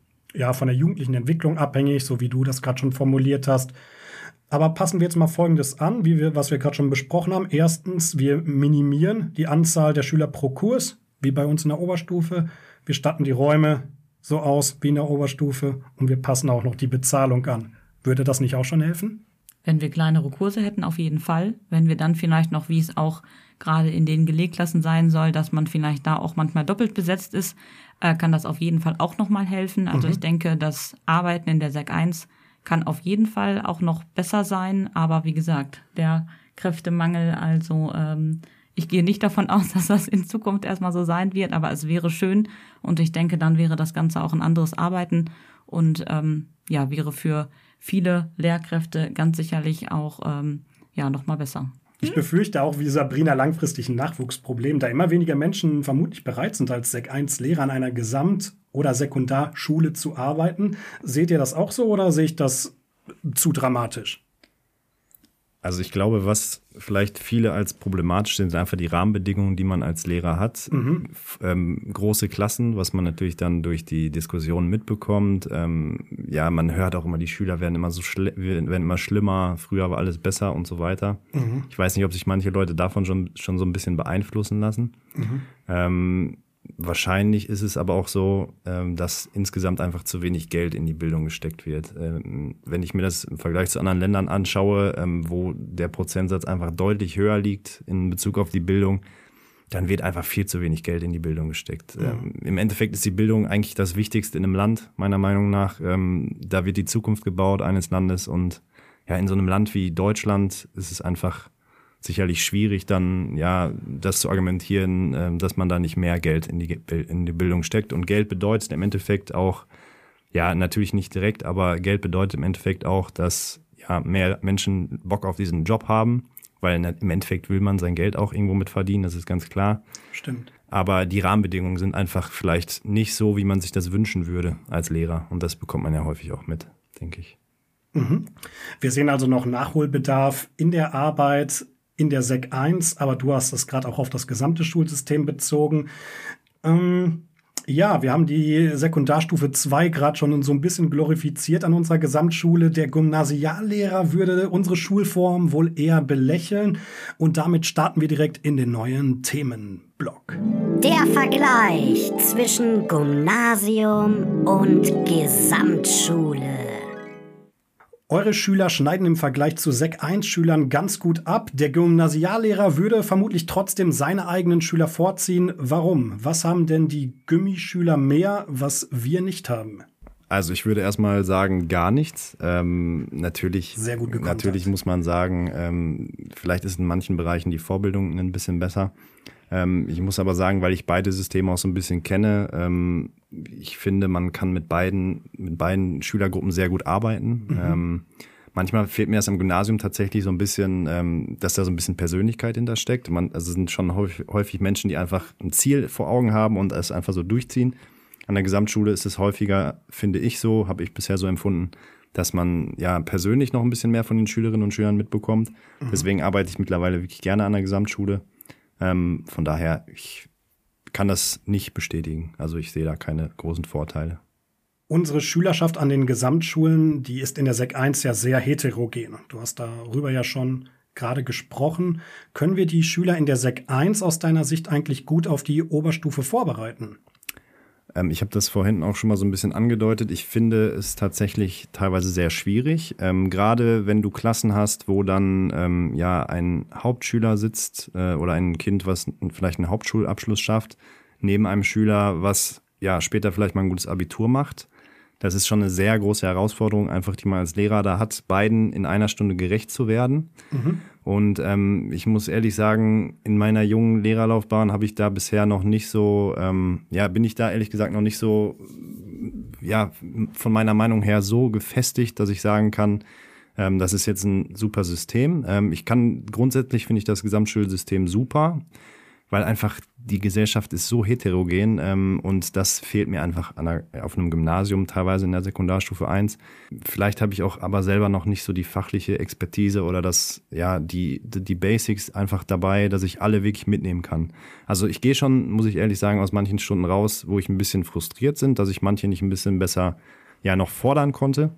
von der jugendlichen Entwicklung abhängig, so wie du das gerade schon formuliert hast. Aber passen wir jetzt mal Folgendes an, was wir gerade schon besprochen haben. Erstens, wir minimieren die Anzahl der Schüler pro Kurs, wie bei uns in der Oberstufe. Wir statten die Räume so aus wie in der Oberstufe und wir passen auch noch die Bezahlung an. Würde das nicht auch schon helfen? Wenn wir kleinere Kurse hätten, auf jeden Fall. Wenn wir dann vielleicht noch, wie es auch gerade in den Gelegklassen sein soll, dass man vielleicht da auch manchmal doppelt besetzt ist, kann das auf jeden Fall auch nochmal helfen. Also ich denke, das Arbeiten in der Sek 1 kann auf jeden Fall auch noch besser sein. Aber wie gesagt, der Kräftemangel, also ich gehe nicht davon aus, dass das in Zukunft erstmal so sein wird, aber es wäre schön. Und ich denke, dann wäre das Ganze auch ein anderes Arbeiten und wäre für viele Lehrkräfte ganz sicherlich auch noch mal besser. Ich befürchte auch wie Sabrina langfristig ein Nachwuchsproblem, da immer weniger Menschen vermutlich bereit sind, als Sek 1 Lehrer an einer Gesamt- oder Sekundarschule zu arbeiten. Seht ihr das auch so oder sehe ich das zu dramatisch? Also ich glaube, was vielleicht viele als problematisch sind einfach die Rahmenbedingungen, die man als Lehrer hat. Große Klassen, was man natürlich dann durch die Diskussion mitbekommt. Man hört auch immer, die Schüler werden immer werden immer schlimmer, früher war alles besser und so weiter. Ich weiß nicht, ob sich manche Leute davon schon so ein bisschen beeinflussen lassen. Wahrscheinlich ist es aber auch so, dass insgesamt einfach zu wenig Geld in die Bildung gesteckt wird. Wenn ich mir das im Vergleich zu anderen Ländern anschaue, wo der Prozentsatz einfach deutlich höher liegt in Bezug auf die Bildung, dann wird einfach viel zu wenig Geld in die Bildung gesteckt. Im Endeffekt ist die Bildung eigentlich das Wichtigste in einem Land, meiner Meinung nach. Da wird die Zukunft gebaut eines Landes und in so einem Land wie Deutschland ist es einfach sicherlich schwierig, dann das zu argumentieren, dass man da nicht mehr Geld in die Bildung steckt. Und Geld bedeutet im Endeffekt auch, natürlich nicht direkt, aber Geld bedeutet im Endeffekt auch, dass mehr Menschen Bock auf diesen Job haben, weil im Endeffekt will man sein Geld auch irgendwo mit verdienen, das ist ganz klar. Stimmt. Aber die Rahmenbedingungen sind einfach vielleicht nicht so, wie man sich das wünschen würde als Lehrer. Und das bekommt man ja häufig auch mit, denke ich. Mhm. Wir sehen also noch Nachholbedarf in der Arbeit, in der Sek 1, aber du hast es gerade auch auf das gesamte Schulsystem bezogen. Ja, wir haben die Sekundarstufe 2 gerade schon so ein bisschen glorifiziert an unserer Gesamtschule. Der Gymnasiallehrer würde unsere Schulform wohl eher belächeln. Und damit starten wir direkt in den neuen Themenblock. Der Vergleich zwischen Gymnasium und Gesamtschule. Eure Schüler schneiden im Vergleich zu Sek 1-Schülern ganz gut ab. Der Gymnasiallehrer würde vermutlich trotzdem seine eigenen Schüler vorziehen. Warum? Was haben denn die Gymmi-Schüler mehr, was wir nicht haben? Also ich würde erstmal sagen, gar nichts. Natürlich muss man sagen, vielleicht ist in manchen Bereichen die Vorbildung ein bisschen besser. Ich muss aber sagen, weil ich beide Systeme auch so ein bisschen kenne, ich finde, man kann mit beiden Schülergruppen sehr gut arbeiten. Manchmal fehlt mir das am Gymnasium tatsächlich so ein bisschen, dass da so ein bisschen Persönlichkeit hintersteckt. Also es sind schon häufig Menschen, die einfach ein Ziel vor Augen haben und es einfach so durchziehen. An der Gesamtschule ist es häufiger, finde ich so, habe ich bisher so empfunden, dass man ja persönlich noch ein bisschen mehr von den Schülerinnen und Schülern mitbekommt. Deswegen arbeite ich mittlerweile wirklich gerne an der Gesamtschule. Von daher, ich kann das nicht bestätigen. Also ich sehe da keine großen Vorteile. Unsere Schülerschaft an den Gesamtschulen, die ist in der Sek 1 ja sehr heterogen. Du hast darüber ja schon gerade gesprochen. Können wir die Schüler in der Sek 1 aus deiner Sicht eigentlich gut auf die Oberstufe vorbereiten? Ich habe das vorhin auch schon mal so ein bisschen angedeutet. Ich finde es tatsächlich teilweise sehr schwierig. Gerade wenn du Klassen hast, wo dann ein Hauptschüler sitzt oder ein Kind, was vielleicht einen Hauptschulabschluss schafft, neben einem Schüler, was ja später vielleicht mal ein gutes Abitur macht. Das ist schon eine sehr große Herausforderung, einfach die man als Lehrer da hat, beiden in einer Stunde gerecht zu werden. Und ich muss ehrlich sagen, in meiner jungen Lehrerlaufbahn habe ich da bisher noch nicht so, bin ich da ehrlich gesagt noch nicht so, von meiner Meinung her so gefestigt, dass ich sagen kann, das ist jetzt ein super System. Grundsätzlich finde ich das Gesamtschulsystem super, weil einfach die Gesellschaft ist so heterogen und das fehlt mir einfach auf einem Gymnasium, teilweise in der Sekundarstufe 1. Vielleicht habe ich auch aber selber noch nicht so die fachliche Expertise oder die Basics einfach dabei, dass ich alle wirklich mitnehmen kann. Also ich gehe schon, muss ich ehrlich sagen, aus manchen Stunden raus, wo ich ein bisschen frustriert bin, dass ich manche nicht ein bisschen besser noch fordern konnte.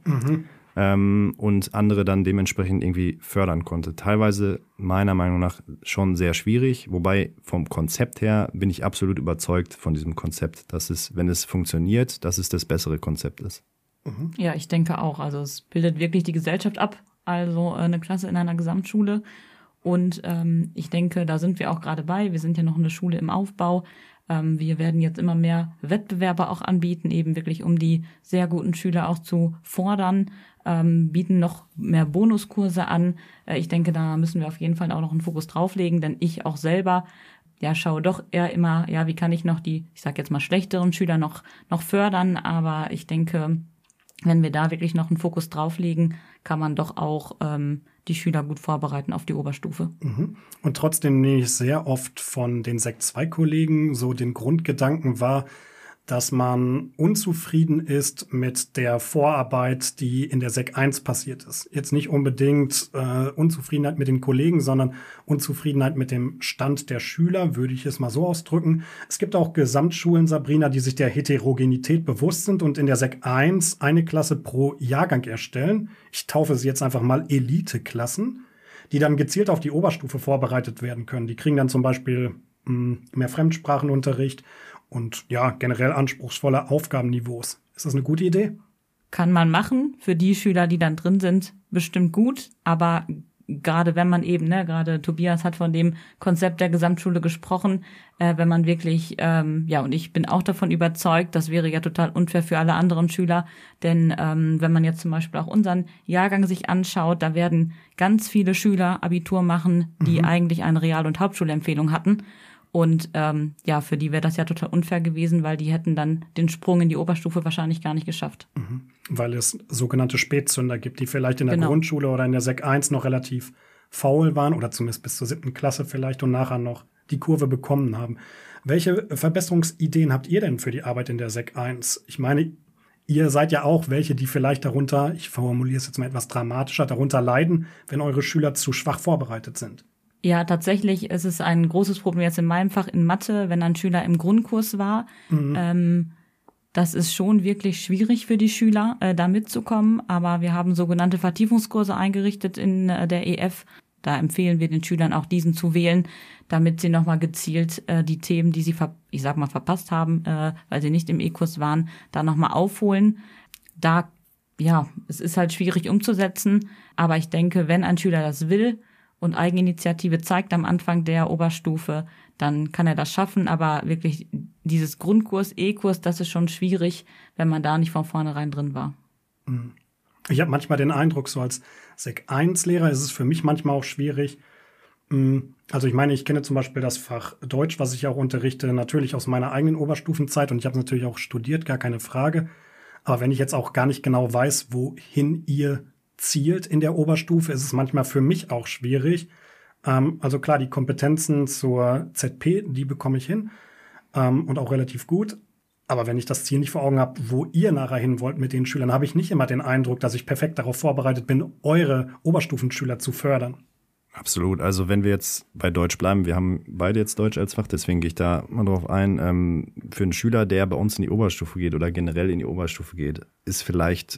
Und andere dann dementsprechend irgendwie fördern konnte. Teilweise meiner Meinung nach schon sehr schwierig, wobei vom Konzept her bin ich absolut überzeugt von diesem Konzept, dass es, wenn es funktioniert, dass es das bessere Konzept ist. Ja, ich denke auch. Also es bildet wirklich die Gesellschaft ab, also eine Klasse in einer Gesamtschule. Und ich denke, da sind wir auch gerade bei. Wir sind ja noch eine Schule im Aufbau. Wir werden jetzt immer mehr Wettbewerbe auch anbieten, eben wirklich um die sehr guten Schüler auch zu fordern, bieten noch mehr Bonuskurse an. Ich denke, da müssen wir auf jeden Fall auch noch einen Fokus drauflegen, denn ich auch selber schaue doch eher immer, wie kann ich noch die, ich sage jetzt mal schlechteren Schüler noch fördern, aber ich denke, wenn wir da wirklich noch einen Fokus drauflegen, kann man doch auch die Schüler gut vorbereiten auf die Oberstufe. Und trotzdem nehme ich sehr oft von den Sek 2-Kollegen so den Grundgedanken wahr, dass man unzufrieden ist mit der Vorarbeit, die in der Sek 1 passiert ist. Jetzt nicht unbedingt Unzufriedenheit mit den Kollegen, sondern Unzufriedenheit mit dem Stand der Schüler, würde ich es mal so ausdrücken. Es gibt auch Gesamtschulen, Sabrina, die sich der Heterogenität bewusst sind und in der Sek 1 eine Klasse pro Jahrgang erstellen. Ich taufe sie jetzt einfach mal Elite-Klassen, die dann gezielt auf die Oberstufe vorbereitet werden können. Die kriegen dann zum Beispiel mehr Fremdsprachenunterricht und generell anspruchsvolle Aufgabenniveaus. Ist das eine gute Idee? Kann man machen. Für die Schüler, die dann drin sind, bestimmt gut. Aber gerade wenn man eben, gerade Tobias hat von dem Konzept der Gesamtschule gesprochen, wenn man wirklich, und ich bin auch davon überzeugt, das wäre ja total unfair für alle anderen Schüler, denn wenn man jetzt zum Beispiel auch unseren Jahrgang sich anschaut, da werden ganz viele Schüler Abitur machen, die eigentlich eine Real- und Hauptschulempfehlung hatten. Und für die wäre das ja total unfair gewesen, weil die hätten dann den Sprung in die Oberstufe wahrscheinlich gar nicht geschafft. Weil es sogenannte Spätzünder gibt, die vielleicht in der Grundschule oder in der Sek 1 noch relativ faul waren oder zumindest bis zur 7. Klasse vielleicht und nachher noch die Kurve bekommen haben. Welche Verbesserungsideen habt ihr denn für die Arbeit in der Sek 1? Ich meine, ihr seid ja auch welche, die vielleicht darunter, ich formuliere es jetzt mal etwas dramatischer, darunter leiden, wenn eure Schüler zu schwach vorbereitet sind. Ja, tatsächlich ist es ein großes Problem jetzt in meinem Fach in Mathe, wenn ein Schüler im Grundkurs war. Das ist schon wirklich schwierig für die Schüler, da mitzukommen. Aber wir haben sogenannte Vertiefungskurse eingerichtet in der EF. Da empfehlen wir den Schülern auch diesen zu wählen, damit sie nochmal gezielt die Themen, die sie verpasst haben, weil sie nicht im E-Kurs waren, da nochmal aufholen. Es ist halt schwierig umzusetzen. Aber ich denke, wenn ein Schüler das will und Eigeninitiative zeigt am Anfang der Oberstufe, dann kann er das schaffen. Aber wirklich dieses Grundkurs, E-Kurs, das ist schon schwierig, wenn man da nicht von vornherein drin war. Ich habe manchmal den Eindruck, so als Sek 1-Lehrer ist es für mich manchmal auch schwierig. Also ich meine, ich kenne zum Beispiel das Fach Deutsch, was ich auch unterrichte, natürlich aus meiner eigenen Oberstufenzeit. Und ich habe natürlich auch studiert, gar keine Frage. Aber wenn ich jetzt auch gar nicht genau weiß, wohin ihr zielt in der Oberstufe, ist es manchmal für mich auch schwierig. Also klar, die Kompetenzen zur ZP, die bekomme ich hin und auch relativ gut. Aber wenn ich das Ziel nicht vor Augen habe, wo ihr nachher hin wollt mit den Schülern, habe ich nicht immer den Eindruck, dass ich perfekt darauf vorbereitet bin, eure Oberstufenschüler zu fördern. Absolut. Also wenn wir jetzt bei Deutsch bleiben, wir haben beide jetzt Deutsch als Fach, deswegen gehe ich da mal drauf ein. Für einen Schüler, der bei uns in die Oberstufe geht oder generell in die Oberstufe geht, ist vielleicht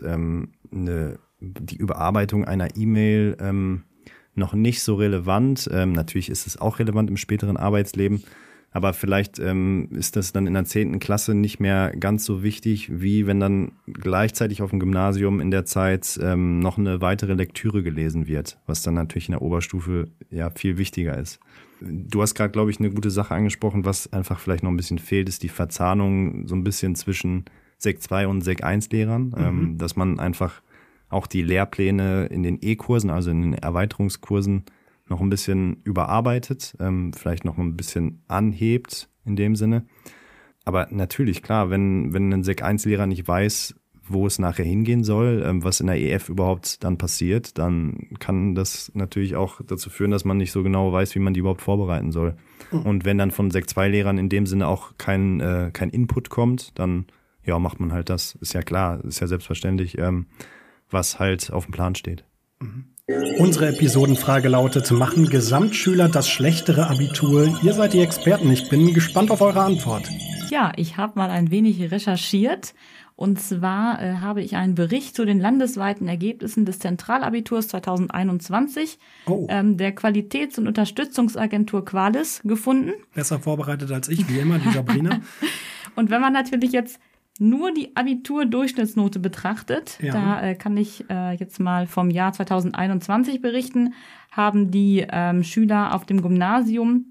die Überarbeitung einer E-Mail noch nicht so relevant. Natürlich ist es auch relevant im späteren Arbeitsleben, aber vielleicht ist das dann in der 10. Klasse nicht mehr ganz so wichtig, wie wenn dann gleichzeitig auf dem Gymnasium in der Zeit noch eine weitere Lektüre gelesen wird, was dann natürlich in der Oberstufe ja viel wichtiger ist. Du hast gerade, glaube ich, eine gute Sache angesprochen, was einfach vielleicht noch ein bisschen fehlt, ist die Verzahnung so ein bisschen zwischen Sek 2 und Sek 1 Lehrern, dass man einfach auch die Lehrpläne in den E-Kursen, also in den Erweiterungskursen, noch ein bisschen überarbeitet, vielleicht noch ein bisschen anhebt in dem Sinne. Aber natürlich, klar, wenn ein Sek 1-Lehrer nicht weiß, wo es nachher hingehen soll, was in der EF überhaupt dann passiert, dann kann das natürlich auch dazu führen, dass man nicht so genau weiß, wie man die überhaupt vorbereiten soll. Und wenn dann von Sek 2-Lehrern in dem Sinne auch kein Input kommt, dann macht man halt das. Ist ja klar, ist ja selbstverständlich, was halt auf dem Plan steht. Unsere Episodenfrage lautet: Machen Gesamtschüler das schlechtere Abitur? Ihr seid die Experten. Ich bin gespannt auf eure Antwort. Ja, ich habe mal ein wenig recherchiert. Und zwar habe ich einen Bericht zu den landesweiten Ergebnissen des Zentralabiturs 2021 der Qualitäts- und Unterstützungsagentur Qualis gefunden. Besser vorbereitet als ich, wie immer, die Sabrina. Und wenn man natürlich jetzt nur die Abiturdurchschnittsnote betrachtet, da kann ich jetzt mal vom Jahr 2021 berichten, haben die Schüler auf dem Gymnasium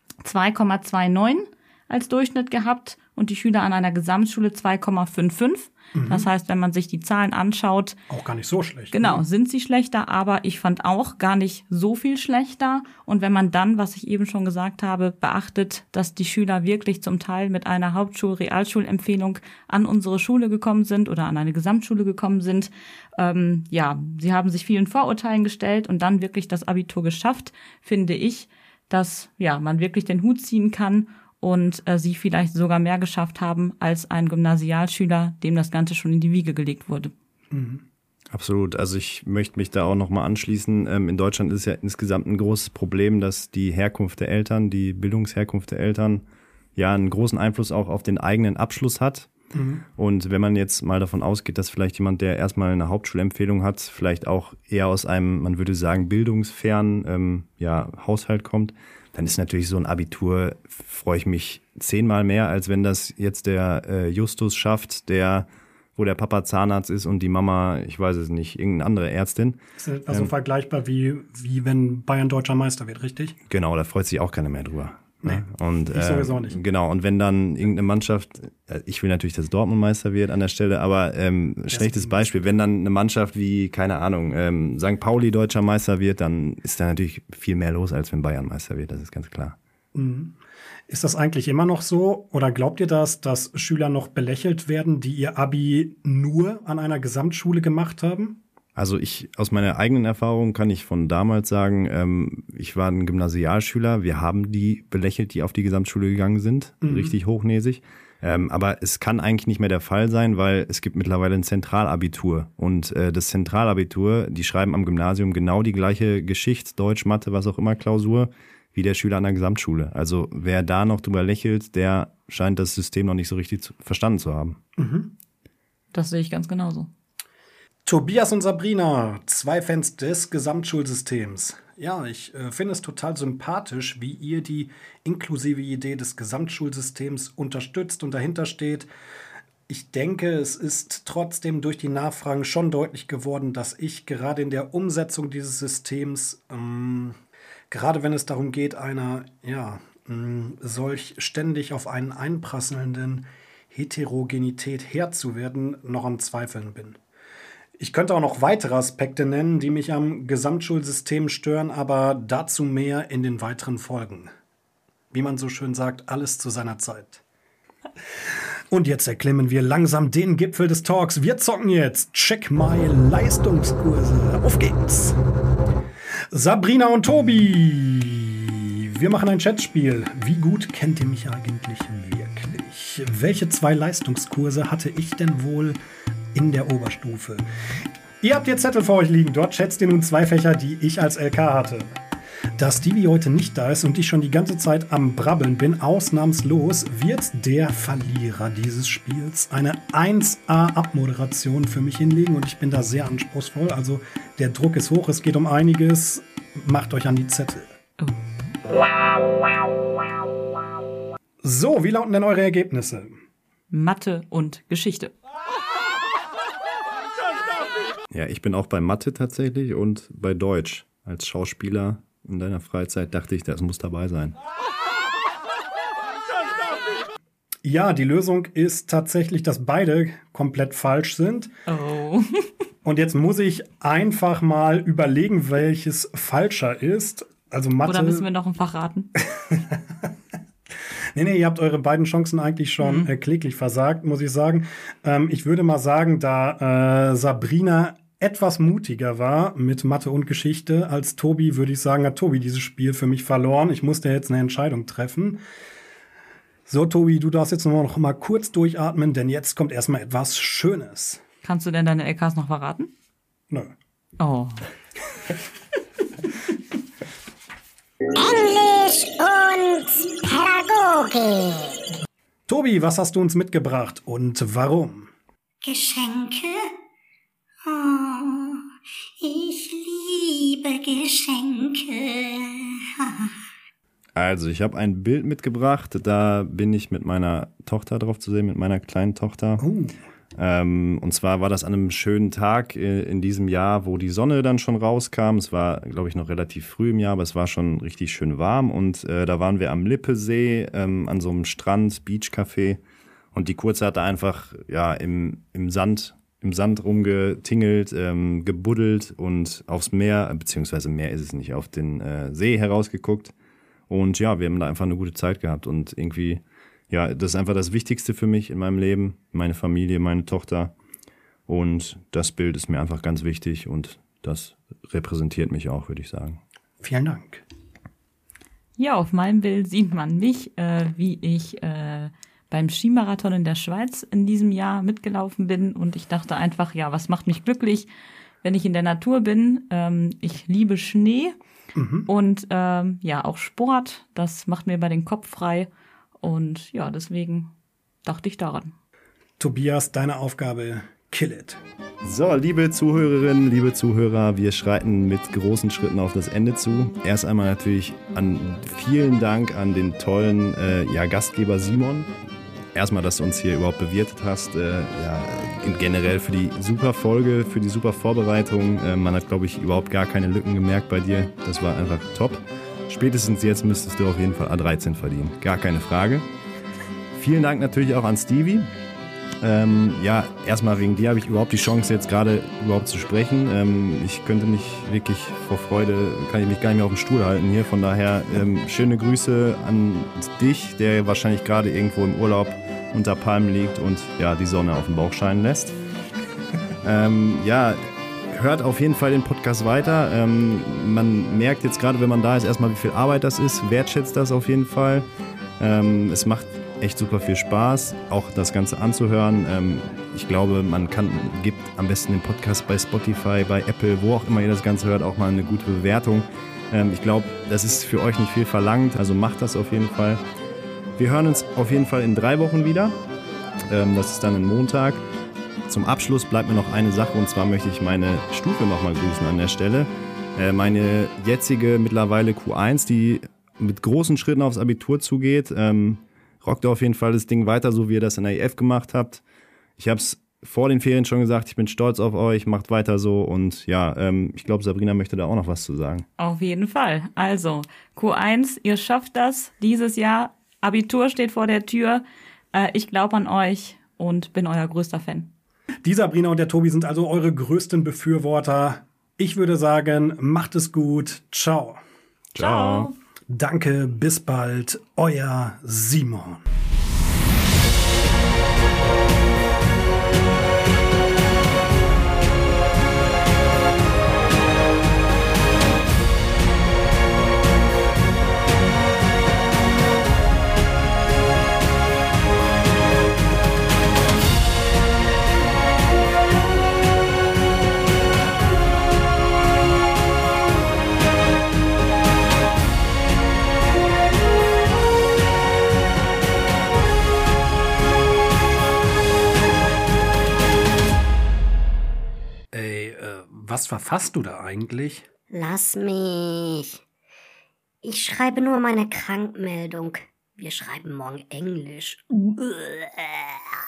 2,29 als Durchschnitt gehabt und die Schüler an einer Gesamtschule 2,55. Das heißt, wenn man sich die Zahlen anschaut, auch gar nicht so schlecht. Genau, sind sie schlechter, aber ich fand auch gar nicht so viel schlechter. Und wenn man dann, was ich eben schon gesagt habe, beachtet, dass die Schüler wirklich zum Teil mit einer Hauptschul-Realschulempfehlung an unsere Schule gekommen sind oder an eine Gesamtschule gekommen sind, sie haben sich vielen Vorurteilen gestellt und dann wirklich das Abitur geschafft, finde ich, dass man wirklich den Hut ziehen kann und sie vielleicht sogar mehr geschafft haben als ein Gymnasialschüler, dem das Ganze schon in die Wiege gelegt wurde. Absolut. Also ich möchte mich da auch nochmal anschließen. In Deutschland ist ja insgesamt ein großes Problem, dass die Herkunft der Eltern, die Bildungsherkunft der Eltern einen großen Einfluss auch auf den eigenen Abschluss hat. Und wenn man jetzt mal davon ausgeht, dass vielleicht jemand, der erstmal eine Hauptschulempfehlung hat, vielleicht auch eher aus einem, man würde sagen, bildungsfernen Haushalt kommt, dann ist natürlich so ein Abitur, freue ich mich 10-mal mehr, als wenn das jetzt der Justus schafft, wo der Papa Zahnarzt ist und die Mama, ich weiß es nicht, irgendeine andere Ärztin. Das ist also vergleichbar wie wenn Bayern deutscher Meister wird, richtig? Genau, da freut sich auch keiner mehr drüber. Nee, und ich sowieso nicht. Genau, und wenn dann irgendeine Mannschaft, ich will natürlich, dass Dortmund Meister wird an der Stelle, aber schlechtes Beispiel, wenn dann eine Mannschaft wie, keine Ahnung, St. Pauli deutscher Meister wird, dann ist da natürlich viel mehr los, als wenn Bayern Meister wird, das ist ganz klar. Ist das eigentlich immer noch so? Oder glaubt ihr das, dass Schüler noch belächelt werden, die ihr Abi nur an einer Gesamtschule gemacht haben? Also aus meiner eigenen Erfahrung kann ich von damals sagen, ich war ein Gymnasialschüler. Wir haben die belächelt, die auf die Gesamtschule gegangen sind. Richtig hochnäsig. Aber es kann eigentlich nicht mehr der Fall sein, weil es gibt mittlerweile ein Zentralabitur. Und das Zentralabitur, die schreiben am Gymnasium genau die gleiche Geschichte, Deutsch, Mathe, was auch immer, Klausur, wie der Schüler an der Gesamtschule. Also wer da noch drüber lächelt, der scheint das System noch nicht so richtig verstanden zu haben. Das sehe ich ganz genauso. Tobias und Sabrina, 2 Fans des Gesamtschulsystems. Ja, ich finde es total sympathisch, wie ihr die inklusive Idee des Gesamtschulsystems unterstützt und dahinter steht. Ich denke, es ist trotzdem durch die Nachfragen schon deutlich geworden, dass ich gerade in der Umsetzung dieses Systems, gerade wenn es darum geht, einer solch ständig auf einen einprasselnden Heterogenität Herr zu werden, noch am Zweifeln bin. Ich könnte auch noch weitere Aspekte nennen, die mich am Gesamtschulsystem stören, aber dazu mehr in den weiteren Folgen. Wie man so schön sagt, alles zu seiner Zeit. Und jetzt erklimmen wir langsam den Gipfel des Talks. Wir zocken jetzt Check My Leistungskurse. Auf geht's! Sabrina und Tobi, wir machen ein Chatspiel. Wie gut kennt ihr mich eigentlich wirklich? Welche 2 Leistungskurse hatte ich denn wohl in der Oberstufe? Ihr habt jetzt Zettel vor euch liegen. Dort schätzt ihr nun 2 Fächer, die ich als LK hatte. Da Stevie heute nicht da ist und ich schon die ganze Zeit am Brabbeln bin, ausnahmslos, wird der Verlierer dieses Spiels eine 1A-Abmoderation für mich hinlegen und ich bin da sehr anspruchsvoll. Also der Druck ist hoch, es geht um einiges. Macht euch an die Zettel. So, wie lauten denn eure Ergebnisse? Mathe und Geschichte. Ja, ich bin auch bei Mathe tatsächlich und bei Deutsch. Als Schauspieler in deiner Freizeit dachte ich, das muss dabei sein. Ja, die Lösung ist tatsächlich, dass beide komplett falsch sind. Oh. Und jetzt muss ich einfach mal überlegen, welches falscher ist. Also Mathe. Oder müssen wir noch ein Fach raten? Nee, ihr habt eure beiden Chancen eigentlich schon kläglich versagt, muss ich sagen. Ich würde mal sagen, da Sabrina etwas mutiger war mit Mathe und Geschichte als Tobi, würde ich sagen, hat Tobi dieses Spiel für mich verloren. Ich musste jetzt eine Entscheidung treffen. So, Tobi, du darfst jetzt noch mal kurz durchatmen, denn jetzt kommt erstmal etwas Schönes. Kannst du denn deine LKs noch verraten? Nö. Oh. Englisch und Pädagogik. Tobi, was hast du uns mitgebracht und warum? Geschenke? Oh, ich liebe Geschenke. Also, ich habe ein Bild mitgebracht, da bin ich mit meiner Tochter drauf zu sehen, mit meiner kleinen Tochter. Und zwar war das an einem schönen Tag in diesem Jahr, wo die Sonne dann schon rauskam. Es war, glaube ich, noch relativ früh im Jahr, aber es war schon richtig schön warm. Und da waren wir am Lippesee, an so einem Strand, Beachcafé. Und die Kurze hatte einfach im Sand rumgetingelt, gebuddelt und aufs Meer, beziehungsweise Meer ist es nicht, auf den See herausgeguckt. Und ja, wir haben da einfach eine gute Zeit gehabt. Und irgendwie, ja, das ist einfach das Wichtigste für mich in meinem Leben, meine Familie, meine Tochter. Und das Bild ist mir einfach ganz wichtig und das repräsentiert mich auch, würde ich sagen. Vielen Dank. Ja, auf meinem Bild sieht man mich, wie ich beim Skimarathon in der Schweiz in diesem Jahr mitgelaufen bin. Und ich dachte einfach, ja, was macht mich glücklich, wenn ich in der Natur bin? Ich liebe Schnee und auch Sport. Das macht mir bei den Kopf frei. Und ja, deswegen dachte ich daran. Tobias, deine Aufgabe, kill it. So, liebe Zuhörerinnen, liebe Zuhörer, wir schreiten mit großen Schritten auf das Ende zu. Erst einmal natürlich vielen Dank an den tollen Gastgeber Simon. Erstmal, dass du uns hier überhaupt bewirtet hast. Generell für die super Folge, für die super Vorbereitung. Man hat, glaube ich, überhaupt gar keine Lücken gemerkt bei dir. Das war einfach top. Spätestens jetzt müsstest du auf jeden Fall A13 verdienen. Gar keine Frage. Vielen Dank natürlich auch an Stevie. Erstmal wegen dir habe ich überhaupt die Chance, jetzt gerade überhaupt zu sprechen. Ich könnte mich wirklich vor Freude, kann ich mich gar nicht mehr auf dem Stuhl halten hier. Von daher schöne Grüße an dich, der wahrscheinlich gerade irgendwo im Urlaub unter Palmen liegt und die Sonne auf den Bauch scheinen lässt. Hört auf jeden Fall den Podcast weiter. Man merkt jetzt gerade, wenn man da ist, erstmal, wie viel Arbeit das ist. Wertschätzt das auf jeden Fall. Es macht echt super viel Spaß, auch das Ganze anzuhören. Ich glaube, gibt am besten den Podcast bei Spotify, bei Apple, wo auch immer ihr das Ganze hört, auch mal eine gute Bewertung. Ich glaube, das ist für euch nicht viel verlangt, also macht das auf jeden Fall. Wir hören uns auf jeden Fall in 3 Wochen wieder. Das ist dann ein Montag. Zum Abschluss bleibt mir noch eine Sache, und zwar möchte ich meine Stufe nochmal grüßen an der Stelle. Meine jetzige mittlerweile Q1, die mit großen Schritten aufs Abitur zugeht, rockt auf jeden Fall das Ding weiter, so wie ihr das in der EF gemacht habt. Ich habe es vor den Ferien schon gesagt, ich bin stolz auf euch, macht weiter so und ich glaube, Sabrina möchte da auch noch was zu sagen. Auf jeden Fall. Also, Q1, ihr schafft das dieses Jahr. Abitur steht vor der Tür. Ich glaube an euch und bin euer größter Fan. Die Sabrina und der Tobi sind also eure größten Befürworter. Ich würde sagen, macht es gut. Ciao. Ciao. Danke, bis bald. Euer Simon. Was verfasst du da eigentlich? Lass mich. Ich schreibe nur meine Krankmeldung. Wir schreiben morgen Englisch.